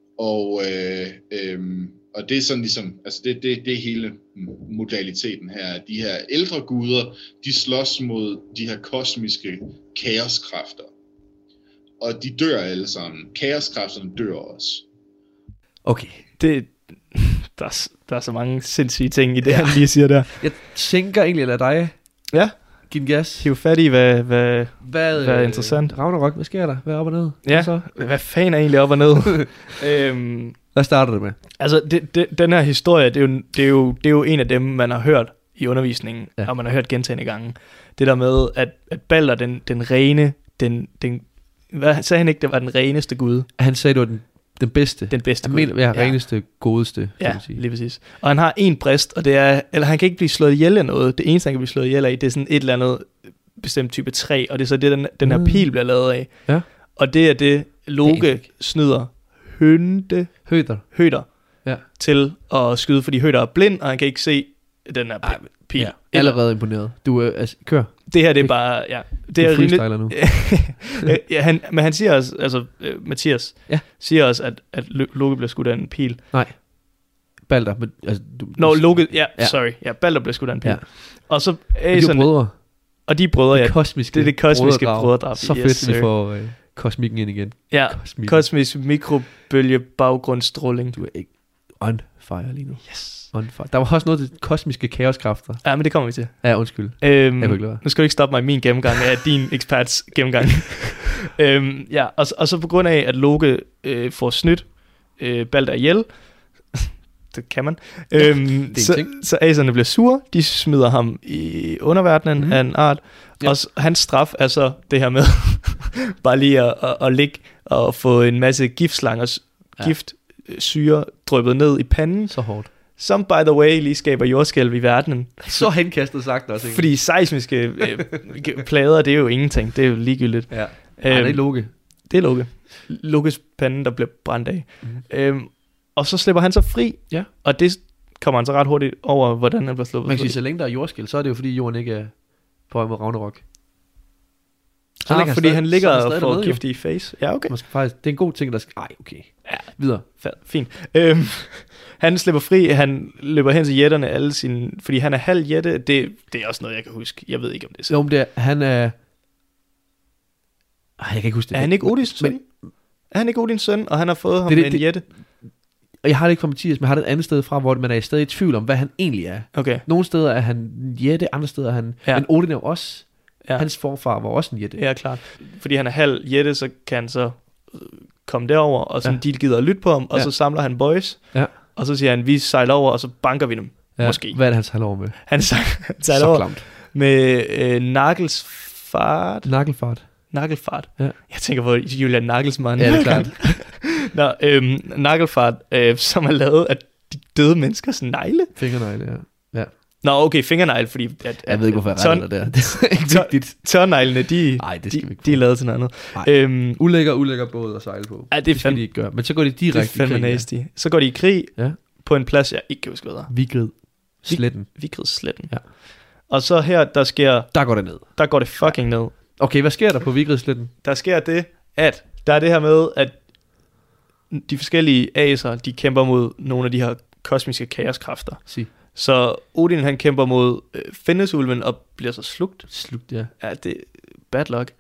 Og det er sådan ligesom, altså det er hele modaliteten her. De her ældre guder, de slås mod de her kosmiske kaoskræfter. Og de dør alle sammen. Kaoskræfterne dør også. Okay. der er så mange sindssyge ting i det, han lige siger der. Jeg tænker egentlig at lade dig give en gas. Hiv fat i, hvad er interessant. Ragnarok, hvad sker der? Hvad er op og ned? Ja, så? Hvad fanden er egentlig op og ned? Hvad starter det med? Altså, den her historie, det er jo en af dem, man har hørt i undervisningen, og man har hørt gentagne gange. Det der med, at Balder, den rene, hvad sagde han ikke, det var den reneste gud? Han sagde, det var den bedste. Den bedste gud. Reneste, godeste. Ja, lige præcis. Og han har en brist, og det er, eller han kan ikke blive slået ihjel af noget. Det eneste, han kan blive slået ihjel af, det er sådan et eller andet bestemt type træ, og det er så det, den her pil bliver lavet af. Ja. Og det er det, Loke snyder Høder til at skyde, fordi Høder er blind, og han kan ikke se den her pil. Ja, allerede imponeret. Du kør. Det her, det er bare, det er freestyler nu. Men han siger også, altså Mathias siger også, at Loke bliver skudt af en pil. Nej. Balder. Men, altså, Loke, Balder bliver skudt af en pil. Og så er de brødre. Og de brødre, det er det kosmiske brødredrab. Så fedt, vi får kosmikken ind igen. Ja, kosmisk mikrobølge baggrundsstråling. Du er ikke on fire lige nu. Yes. Der var også noget af det kosmiske kaoskræfter. Ja, men det kommer vi til. Ja, undskyld. Nu skal du ikke stoppe mig i min gennemgang af din eksperts gennemgang. Og så på grund af, at Loke får snydt Balder ihjel, det kan man, så aserne bliver sure, de smider ham i underverdenen af en art, og hans straf er så det her med bare lige at ligge og få en masse giftslangers giftsyre dryppet ned i panden. Så hårdt. Som, by the way, lige skaber jordskælv i verdenen. Så henkastet sagt også. Ikke? Fordi seismiske plader, det er jo ingenting. Det er jo ligegyldigt. Ja. Det er Loke. Det er Loke. Lokes pande, der bliver brændt af. Og så slipper han sig fri. Ja. Og det kommer han så ret hurtigt over, hvordan han bliver sluppet. Man kan sige, så længe der er jordskælv, så er det jo fordi jorden ikke er på vej mod Ragnarok. Fordi han ligger og får giftige face. Ja, okay. Måske faktisk, det er en god ting, der skal... Ej, okay. Ja, videre. Fint. Han slipper fri, han løber hen til jætterne alle sine... Fordi han er halv jætte, det er også noget, jeg kan huske. Jeg ved ikke, om det er så. Jo, men han er... Jeg kan ikke huske det. Er han ikke Odins søn? Er han ikke Odins søn, og han har fået ham med en jætte? Og jeg har det ikke fra Mathias, men jeg har det et andet sted fra, hvor man er stadig i tvivl om, hvad han egentlig er. Okay. Nogle steder er han jætte, andre steder er han... Ja. Men Odin er jo også... Ja. Hans forfar var også en jætte. Ja, klart. Fordi han er halv jætte, så kan han så komme derover, og sådan de gider at lytte på ham, og så samler han boys, og så siger han, vi sejler over, og så banker vi dem. Måske. Hvad er det, han sejler over med? Han sejler over med Nagelfart. Ja. Jeg tænker på Julian Nagelsmann. Ja, det er klart. Nagelfart, som er lavet af de døde menneskers negle. Fingernegle, ja. Nå, okay, fingernegle, fordi... jeg ved ikke, hvorfor jeg retter der. Det er ikke vigtigt. Tørneglene, de er lavet til noget andet. Ulækker båd at sejle på. Ja, det skal de ikke gøre. Men så går de direkte i krig. Så går de i krig på en plads, jeg ikke kan huske, hvad der. Vigrid Sletten. Ja. Og så her, der går det ned. Der går det fucking ned. Okay, hvad sker der på Vigrid Sletten? Der sker det, at der er det her med, at de forskellige aser, de kæmper mod nogle af de her kosmiske kaoskræfter. Så Odin, han kæmper mod Fennesulven og bliver så slugt. Slugt, ja. Ja, det er bad luck.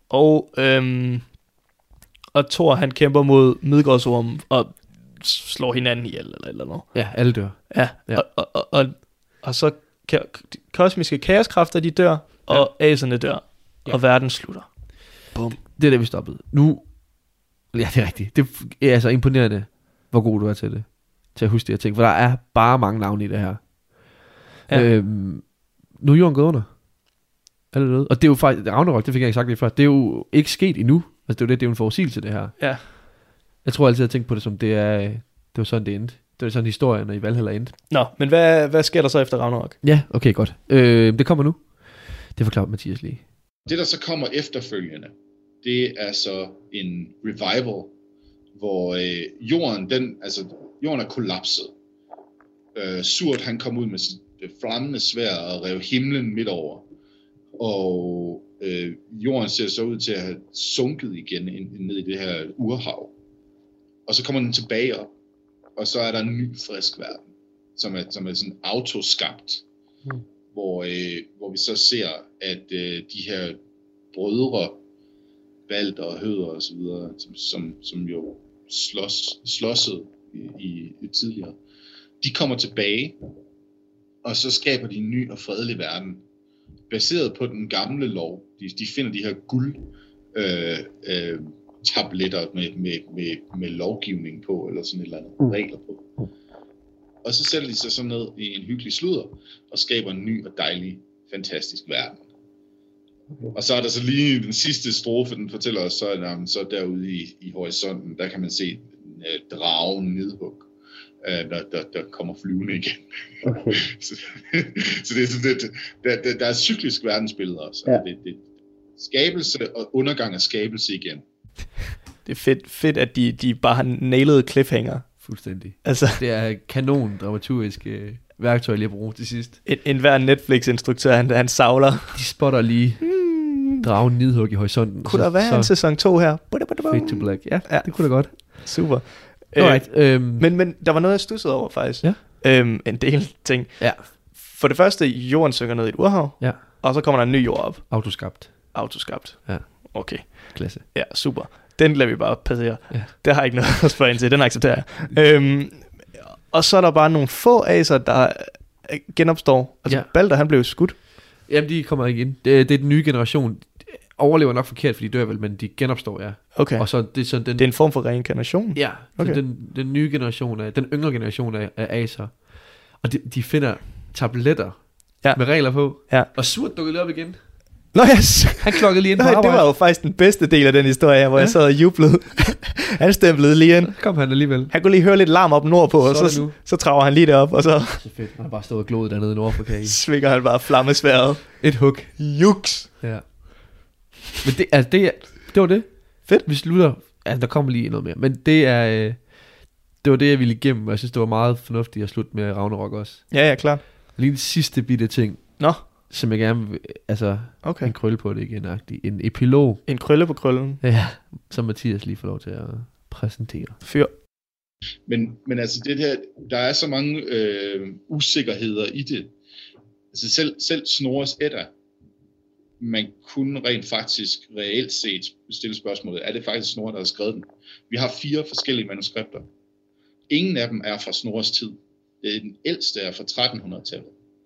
Og Thor, han kæmper mod Midgårdsormen og slår hinanden ihjel eller noget. Ja, alle dør. Ja. Og så kosmiske kaoskræfter, de dør, og aserne dør, og verden slutter. Bum. Det er det, vi stoppede. Nu, ja, det er rigtigt. Det er altså imponerende, hvor god du er til det. Til at huske de her ting, for der er bare mange navne i det her. Ja. Nu er jorden gået under. Er det noget? Og det er jo faktisk, Ragnarok, det fik jeg ikke sagt lige før, det er jo ikke sket endnu. Altså det er jo en forudsigelse det her. Ja. Jeg tror altid, at jeg tænker på det som, det var sådan det endte. Det var sådan historien, når i Valhalla endte. Nå, men hvad sker der så efter Ragnarok? Ja, okay, godt. Det kommer nu. Det forklarer Mathias lige. Det der så kommer efterfølgende, det er så en revival, hvor jorden er kollapset. Surt, han kom ud med sit flammende sværd og rev himlen midt over. Og jorden ser så ud til at have sunket igen ned i det her urhav. Og så kommer den tilbage op, og så er der en ny frisk verden, som er sådan autoskabt, hvor vi så ser, at de her brødre, Balder og Høder og så videre, som jo slåssede i tidligere. De kommer tilbage, og så skaber de en ny og fredelig verden, baseret på den gamle lov. De finder de her guld tabletter med lovgivning på, eller sådan et eller andet regler på. Og så sætter de sig så ned i en hyggelig sludder, og skaber en ny og dejlig, fantastisk verden. Og så er der så lige den sidste strofe, den fortæller os, så derude i horisonten, der kan man se dragen Nidhug, der kommer flyvende igen. Okay. så det er sådan der er cyklisk verdensbillede også. Ja. Det skabelse og undergang af skabelse igen. Det er fedt at de bare har nailet cliffhanger. Fuldstændig. Altså, det er kanon dramaturgisk værktøj lige at bruge til sidst. En hver Netflix-instruktør, han savler. De spotter lige dragen Nidhug i horisonten. Kunne der være en sæson 2 her? Fade to black. Ja, det kunne da godt. Super. Alright, men der var noget, jeg studsede over faktisk. Ja. En del ting. Ja. For det første, jorden synker ned i et urhav. Ja. Og så kommer der en ny jord op. Autoskabt. Ja. Okay. Klasse. Ja, super. Den lader vi bare passere. Ja. Det har ikke noget at spørge ind til. Den accepterer jeg. Og så er der bare nogle få aser, der genopstår. Altså Balder, han blev skudt. Jamen, de kommer ikke ind. Det er den nye generation. Overlever nok forkert, fordi de dør vel, men de genopstår, ja. Okay. Og så det er sådan det er en form for reinkarnation? Ja, okay. Den nye generation den yngre generation af aser. Og de finder tabletter med regler på. Ja. Og Surt dukkede op igen. Nå, yes. Han klokkede lige ind på arbejde. Det var jo faktisk den bedste del af den historie, hvor jeg sad og jublede. Han stemplede lige ind. Kom han alligevel. Han kunne lige høre lidt larm op nordpå, og så traver han lige derop, og så... Så fedt, han har bare stået og gloet dernede i Nordafrika. Svinger han bare flammesværet. Et hug. Juks. Ja. Men det var det. Fedt. Vi slutter... Altså, der kommer lige noget mere. Men det var det, jeg ville igennem, og jeg synes, det var meget fornuftigt at slutte med Ragnarok også. Ja, klart. Lige den sidste bitte ting. Nå. Som jeg gerne vil, en krølle på det igen, en epilog. En krølle på krøllen. Ja, som Mathias lige får lov til at præsentere. Fyr. Men altså det her, der er så mange usikkerheder i det. Altså selv Snorres Edda, man kunne rent faktisk reelt set stille spørgsmålet, er det faktisk Snorre, der har skrevet den? Vi har 4 forskellige manuskripter. Ingen af dem er fra Snorres tid. Den ældste er fra 1300-tallet.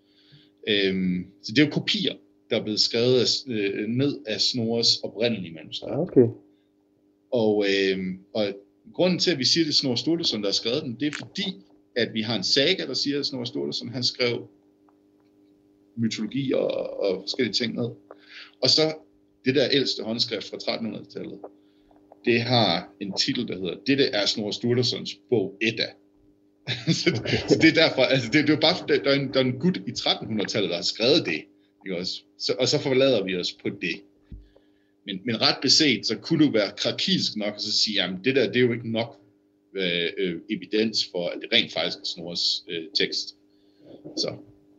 Så det er jo kopier, der er blevet skrevet ned af Snorres oprindelige manuskript. Okay. Og grunden til, at vi siger, det er Snorre Sturluson, der har skrevet den, det er fordi, at vi har en saga, der siger, at Snorre Sturluson, han skrev mytologi og forskellige ting ned. Og så det der ældste håndskrift fra 1300-tallet, det har en titel, der hedder, dette er Snorre Sturlusons bog Edda. så det er derfor, altså det er jo bare, der er en gut i 1300-tallet, der har skrevet det, ikke også? Og så forlader vi os på det. Men ret beset, så kunne du være krakilsk nok og så sige, jamen det der, det er jo ikke nok evidens for, at det rent faktisk er Snorres tekst. Så.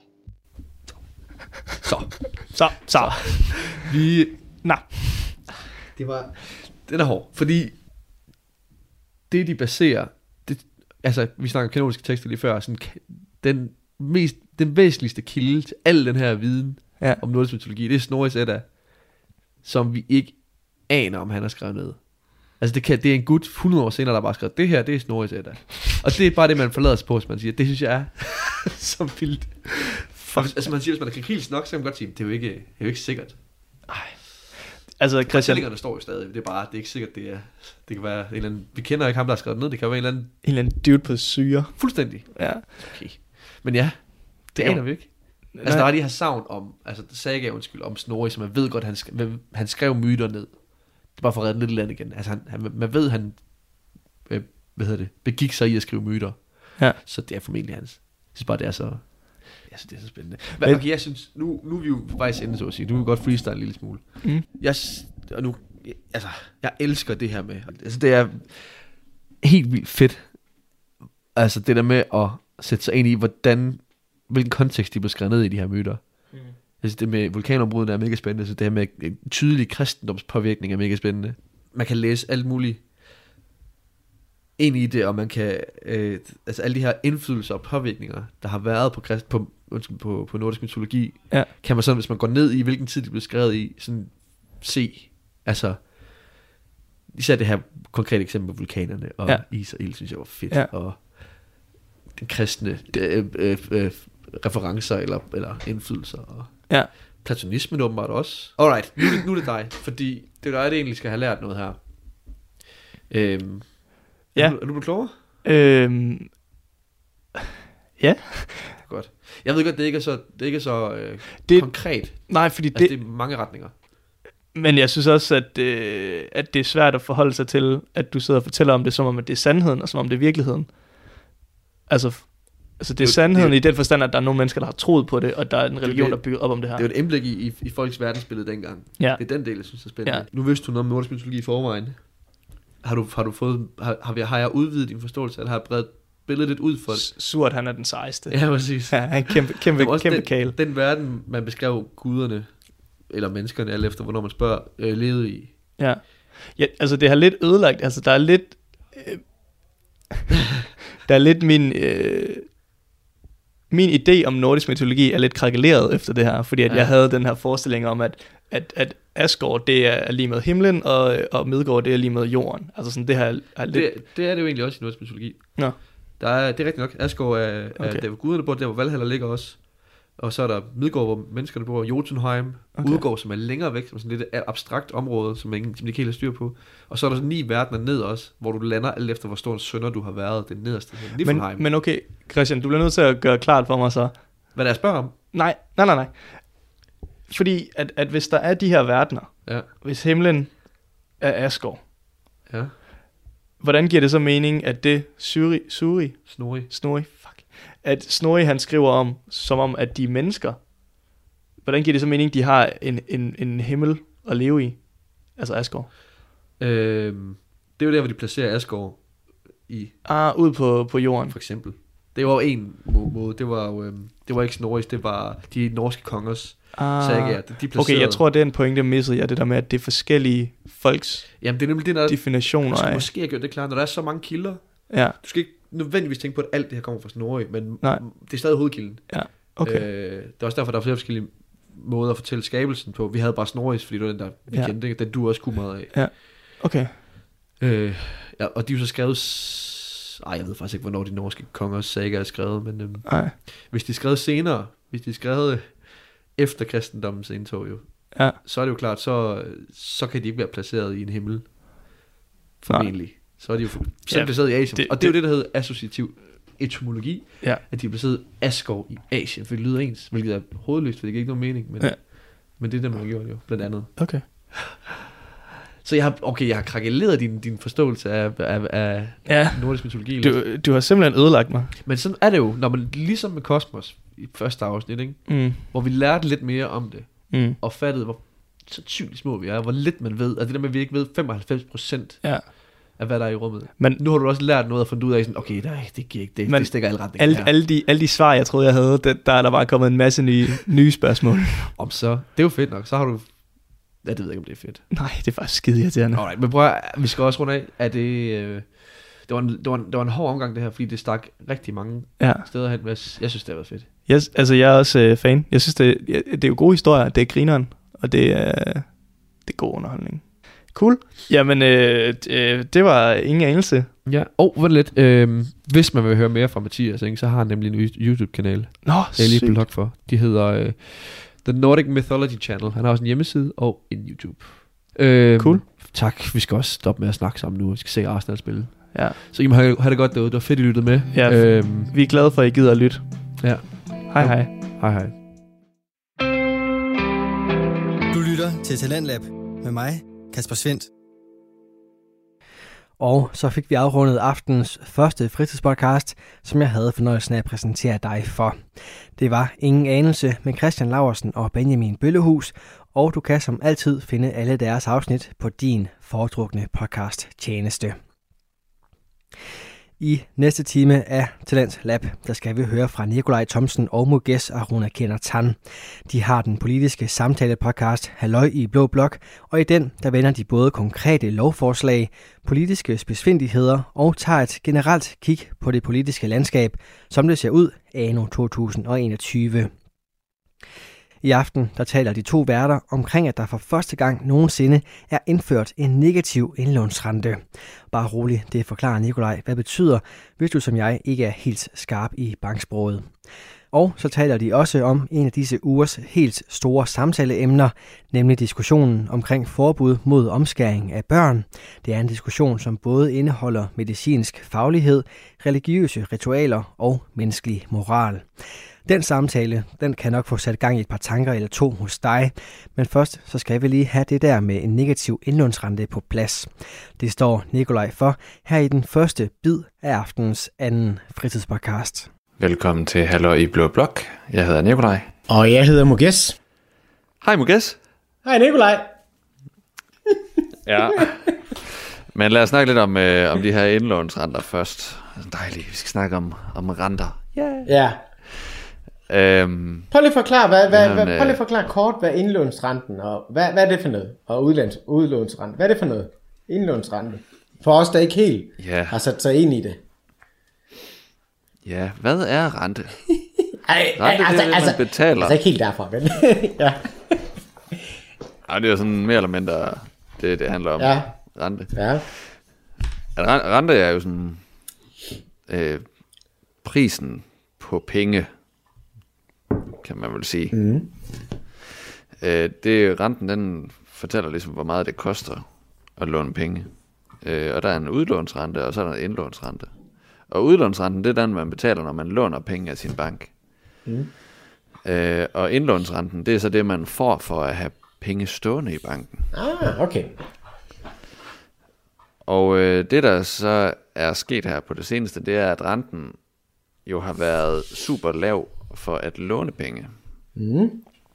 Den er hård, fordi det de baserer, altså vi snakker kanoniske tekster lige før, sådan, den væsentligste kilde til al den her viden om nordisk mytologi, det er Snorres Edda, som vi ikke aner, om han har skrevet ned. Altså det er en gut 100 år senere, der bare har skrevet, det her, det er Snorres Edda. Og det er bare det, man forlader sig på, hvis man siger, det synes jeg er så vildt. Altså man siger, hvis man er krakilsk nok, så kan man godt sige, det er jo ikke sikkert. Ej. Altså Christian står jo stadig, det er ikke sikkert, det kan være en eller anden, vi kender ikke ham, der har skrevet ned, det kan være en eller anden dude på syre. Fuldstændig. Ja. Okay. Men ja, det aner vi ikke. Altså der er de her savn om, altså saga om Snorre, som man ved godt, han skrev myter ned. Det er bare for at redde lidt land igen. Altså man ved, han begik sig i at skrive myter. Ja. Så det er formentlig hans. Jeg synes bare, det er så... Altså, det er så spændende. Okay, jeg synes, nu er vi jo faktisk inde, så at sige. Nu vil vi godt freestyle en lille smule. Mm. Jeg elsker det her med... Altså, det er helt vildt fedt. Altså, det der med at sætte sig ind i, hvilken kontekst de bliver skrevet ned i de her myter. Mm. Altså, det med vulkanopbrudene er mega spændende. Så det her med tydelig kristendomspåvirkning er mega spændende. Man kan læse alt muligt ind i det, og man kan altså alle de her indflydelser og påvirkninger, der har været på nordisk mytologi, kan man sådan, hvis man går ned i hvilken tid de blev skrevet i, sådan se, altså især det her konkrete eksempel med vulkanerne og is og ild, synes jeg var fedt. Ja. Og den kristne referencer eller indflydelser. Og platonismen åbenbart også. Alright, nu er det dig, fordi det er dig, der egentlig skal have lært noget her. Er du blevet klogere? Ja. Godt. Jeg ved godt, det ikke er så konkret. Nej, fordi altså, det er mange retninger. Men jeg synes også, at det er svært at forholde sig til, at du sidder og fortæller om det, som om at det er sandheden, og som om det er virkeligheden. Altså det er sandheden i den forstand, at der er nogle mennesker, der har troet på det, og der er en religion, der bygger op om det her. Det er jo et indblik i folks verdensbillede dengang. Ja. Det er den del, jeg synes er spændende. Ja. Nu vidste du noget om nordisk mytologi i forvejen. Har jeg udvidet din forståelse, eller har jeg bredt billedet lidt ud for det? Surt, han er den sejeste. Ja, præcis. Ja, han er kæmpe kæle. Den verden, man beskrev guderne, eller menneskerne, alt efter hvornår man spørger, levede i. Ja, altså det har lidt ødelagt, altså der er lidt... der er lidt min idé om nordisk mytologi er lidt krakeleret efter det her, fordi at jeg havde den her forestilling om, at Asgård, det er lige med himlen, og Midgård, det er lige med jorden. Altså sådan, det her er lidt... Det er det jo egentlig også i nordisk mytologi. Nå. Det er rigtigt nok. Asgård er der, hvor guderne bor, der hvor Valhalla ligger også. Og så er der Midgård, hvor menneskerne bor, Jotunheim, Udgård, som er længere væk, som sådan lidt abstrakt område, som de ikke helt har styr på. Og så er der 9 verdener ned også, hvor du lander alt efter, hvor stor en sønder du har været, det nederste. Men okay, Christian, du bliver nødt til at gøre klart for mig så. Hvad der jeg spørger om? Nej. Fordi at hvis der er de her verdener, hvis himlen er Asgård, hvordan giver det så mening, at det Snorri, at Snorri han skriver om, som om at de er mennesker, hvordan giver det så mening, de har en himmel at leve i, altså Asgård? Det er jo der, hvor de placerer Asgård i. Ud på jorden. For eksempel. Det var en måde, det var ikke Snorris, det var de norske kongers sagaer. Okay, jeg tror, det er en pointe, jeg missede, det der med, at det er forskellige folks det er nemlig det, der definitioner. Du skal måske have gjort det klart, når der er så mange kilder. Ja. Du skal ikke nødvendigvis tænke på, at alt det her kommer fra Snorri, men det er stadig hovedkilden. Ja, okay. Det er også derfor, der er flere forskellige måder at fortælle skabelsen på. Vi havde bare Snorris, fordi det var den, der vi kendte, den du også kunne meget af. Ja, okay. Og de er jo så skrevet... jeg ved faktisk ikke, hvornår de norske kongers saga er skrevet, men hvis de er skrevet senere, hvis de er skrevet efter kristendommens indtog jo, så er det jo klart, så kan de ikke være placeret i en himmel. Formentlig. Så er de jo placeret i Asien. Og det er jo det, der hedder associativ etymologi, at de er placeret Asgård i Asien, for det lyder ens, hvilket er hovedløst, for det giver ikke nogen mening, men det er det, man har gjort jo, blandt andet. Okay. Så jeg har krakeleret din forståelse af nordisk mytologi. Du har simpelthen ødelagt mig. Men sådan er det jo, når man ligesom med Kosmos i første afsnit, ikke? Hvor vi lærte lidt mere om det, og fattede, hvor så tydeligt små vi er, hvor lidt man ved, altså det der med, at vi ikke ved 95% af hvad der er i rummet. Men nu har du også lært noget og fundet ud af, sådan, okay, det giver ikke, det stikker alle retninger. Alle de svar, jeg troede, jeg havde, der er der bare kommet en masse nye spørgsmål. Om så, det er jo fedt nok, så har du... Jeg ved ikke, om det er fedt. Nej, det er faktisk skide irriterende. Alright, men prøv at, vi skal også runde af, at det var en hård omgang det her, fordi det stak rigtig mange steder hen. Jeg synes, det har været fedt. Yes, altså jeg er også fan. Jeg synes, det er jo gode historier, det er grineren, og det er god underholdning. Cool. Jamen, det var ingen anelse. Ja, hvor lidt. Hvis man vil høre mere fra Mathias, ikke, så har han nemlig en YouTube-kanal. Nå, sygt. Jeg er lige blog for. De hedder... The Nordic Mythology Channel. Han har også en hjemmeside og en YouTube. Cool. Tak. Vi skal også stoppe med at snakke sammen nu. Vi skal se Arsenal spille. Ja. Så I må have det godt derude. Det var fedt, I lyttede med. Ja, vi er glade for, at I gider at lytte. Ja. Hej. Hej. Du lytter til Talentlab med mig, Kasper Svendt. Og så fik vi afrundet aftens første fritidspodcast, som jeg havde fornøjelsen af at præsentere dig for. Det var Ingen Anelse med Christian Laursen og Benjamin Bøllehus, og du kan som altid finde alle deres afsnit på din foretrukne podcast tjeneste. I næste time af Talent Lab, der skal vi høre fra Nikolaj Thomsen og Muges Aruna Kenatan. De har den politiske samtale-podcast Halløj i Blå Blok, og i den der vender de både konkrete lovforslag, politiske spidsfindigheder og tager et generelt kig på det politiske landskab, som det ser ud anno 2021. I aften der taler de to værter omkring, at der for første gang nogensinde er indført en negativ indlånsrente. Bare rolig, det forklarer Nikolaj, hvad betyder, hvis du som jeg ikke er helt skarp i banksproget. Og så taler de også om en af disse ugers helt store samtaleemner, nemlig diskussionen omkring forbud mod omskæring af børn. Det er en diskussion, som både indeholder medicinsk faglighed, religiøse ritualer og menneskelig moral. Den samtale, den kan nok få sat gang i et par tanker eller to hos dig. Men først så skal vi lige have det der med en negativ indlånsrente på plads. Det står Nikolaj for her i den første bid af aftenens anden fritidspodcast. Velkommen til Halløj i Blå Blok. Jeg hedder Nikolaj. Og jeg hedder Muges. Hej Muges. Hej Nikolaj. Ja. Men lad os snakke lidt om de her indlånsrenter først. Dejligt, vi skal snakke om renter. Yeah. Ja. Prøv lige at forklare, kort, hvad indlånsrenten og hvad er det for noget? Og udlånsrenten. Hvad er det for noget? Indlånsrente. For os, der ikke helt har sat sig ind i det. Ja, hvad er rente? Rente, man betaler. Altså ikke helt derfor, men ja. Ej, det er sådan mere eller mindre det handler om. Ja. Rente. Ja. Rente er jo sådan prisen på penge, kan man vel sige. Mm. Renten, den fortæller ligesom, hvor meget det koster at låne penge. Og der er en udlånsrente, og så er der en indlånsrente. Og udlånsrenten, det er den, man betaler, når man låner penge af sin bank. Mm. Og indlånsrenten, det er så det, man får for at have penge stående i banken. Ah, okay. Og det, der så er sket her på det seneste, det er, at renten jo har været super lav for at låne penge. Mm.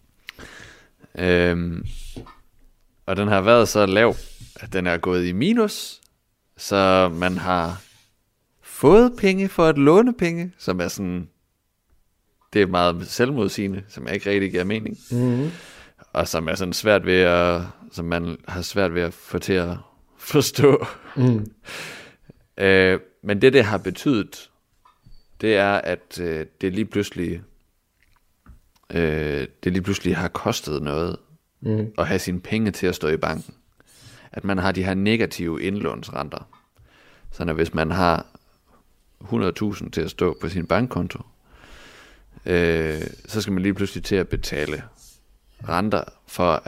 Og den har været så lav, at den er gået i minus, så man har fået penge for at låne penge, som er sådan, det er meget selvmodsigende, som ikke rigtig giver mening. Mm. Og som er sådan svært ved at, som man har svært ved at få til at forstå. Mm. Men det har betydet, det er, at det lige pludselig har kostet noget at have sine penge til at stå i banken. At man har de her negative indlånsrenter. Så hvis man har 100.000 til at stå på sin bankkonto, så skal man lige pludselig til at betale renter for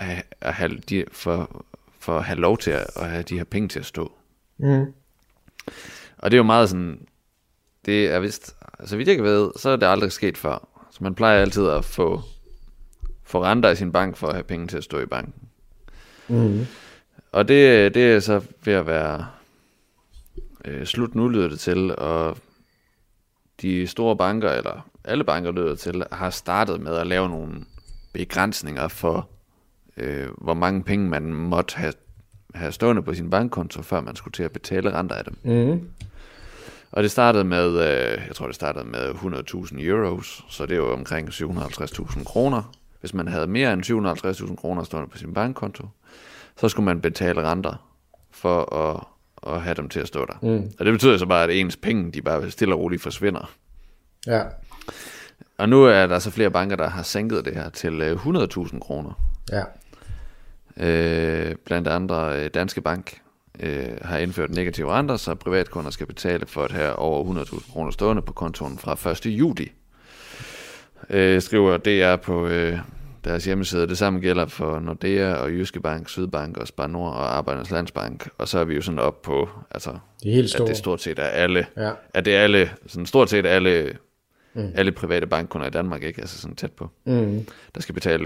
at have lov til at have de her penge til at stå. Mm. Og det er jo meget sådan, det er vist, så vidt jeg kan vide, så er det aldrig sket før. Så man plejer altid at få renter i sin bank for at have penge til at stå i banken. Mm. Og det er så ved at være slut nu, lyder det til, og de store banker, eller alle banker lyder det til, har startet med at lave nogle begrænsninger for, hvor mange penge man måtte have stående på sin bankkonto, før man skulle til at betale renter af dem. Mm. Og det startede med, jeg tror det startede med 100.000 euros, så det er jo omkring 750.000 kroner. Hvis man havde mere end 750.000 kroner stående på sin bankkonto, så skulle man betale renter for at have dem til at stå der. Mm. Og det betyder så bare, at ens penge, de bare stille og roligt forsvinder. Ja. Og nu er der så flere banker, der har sænket det her til 100.000 kroner. Ja. Blandt andre Danske Bank har indført negative renter, så privatkunder skal betale for at have over 100.000 kroner stående på kontoen fra 1. juli. Skriver DR på deres hjemmeside. Det samme gælder for Nordea og Jyske Bank, Sydbank og Spar Nord og Arbejdernes Landsbank. Og så er vi jo sådan op på, altså, det er helt at det stort set er alle, at det er alle, sådan stort set alle, alle private bankkunder i Danmark, ikke? Altså sådan tæt på. Mm. Der skal betale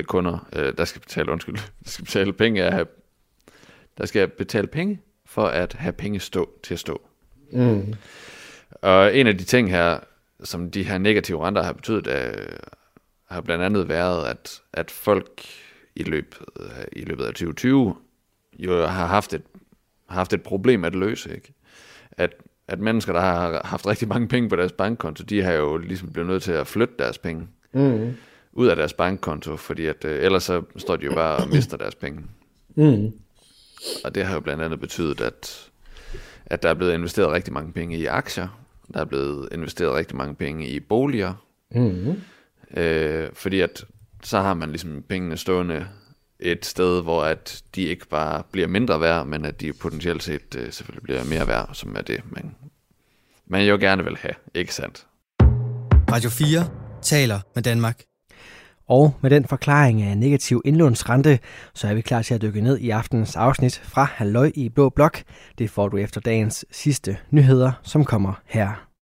penge der skal betale penge for at have penge til at stå. Mm. Og en af de ting her, som de her negative renter har betydet, har blandt andet været, at folk i løbet af 2020 jo har haft et problem at løse, ikke? At mennesker, der har haft rigtig mange penge på deres bankkonto, de har jo ligesom blevet nødt til at flytte deres penge ud af deres bankkonto, fordi at ellers så står de jo bare og mister deres penge. Mm. Og det har jo blandt andet betydet, at der er blevet investeret rigtig mange penge i aktier, der er blevet investeret rigtig mange penge i boliger, fordi at så har man ligesom pengene stående et sted, hvor at de ikke bare bliver mindre værd, men at de potentielt set selvfølgelig bliver mere værd, som er det, man jo gerne vil have, ikke sandt? Radio 4 taler med Danmark. Og med den forklaring af negativ indlånsrente, så er vi klar til at dykke ned i aftenens afsnit fra Halløj i Blå Blok. Det får du efter dagens sidste nyheder, som kommer her.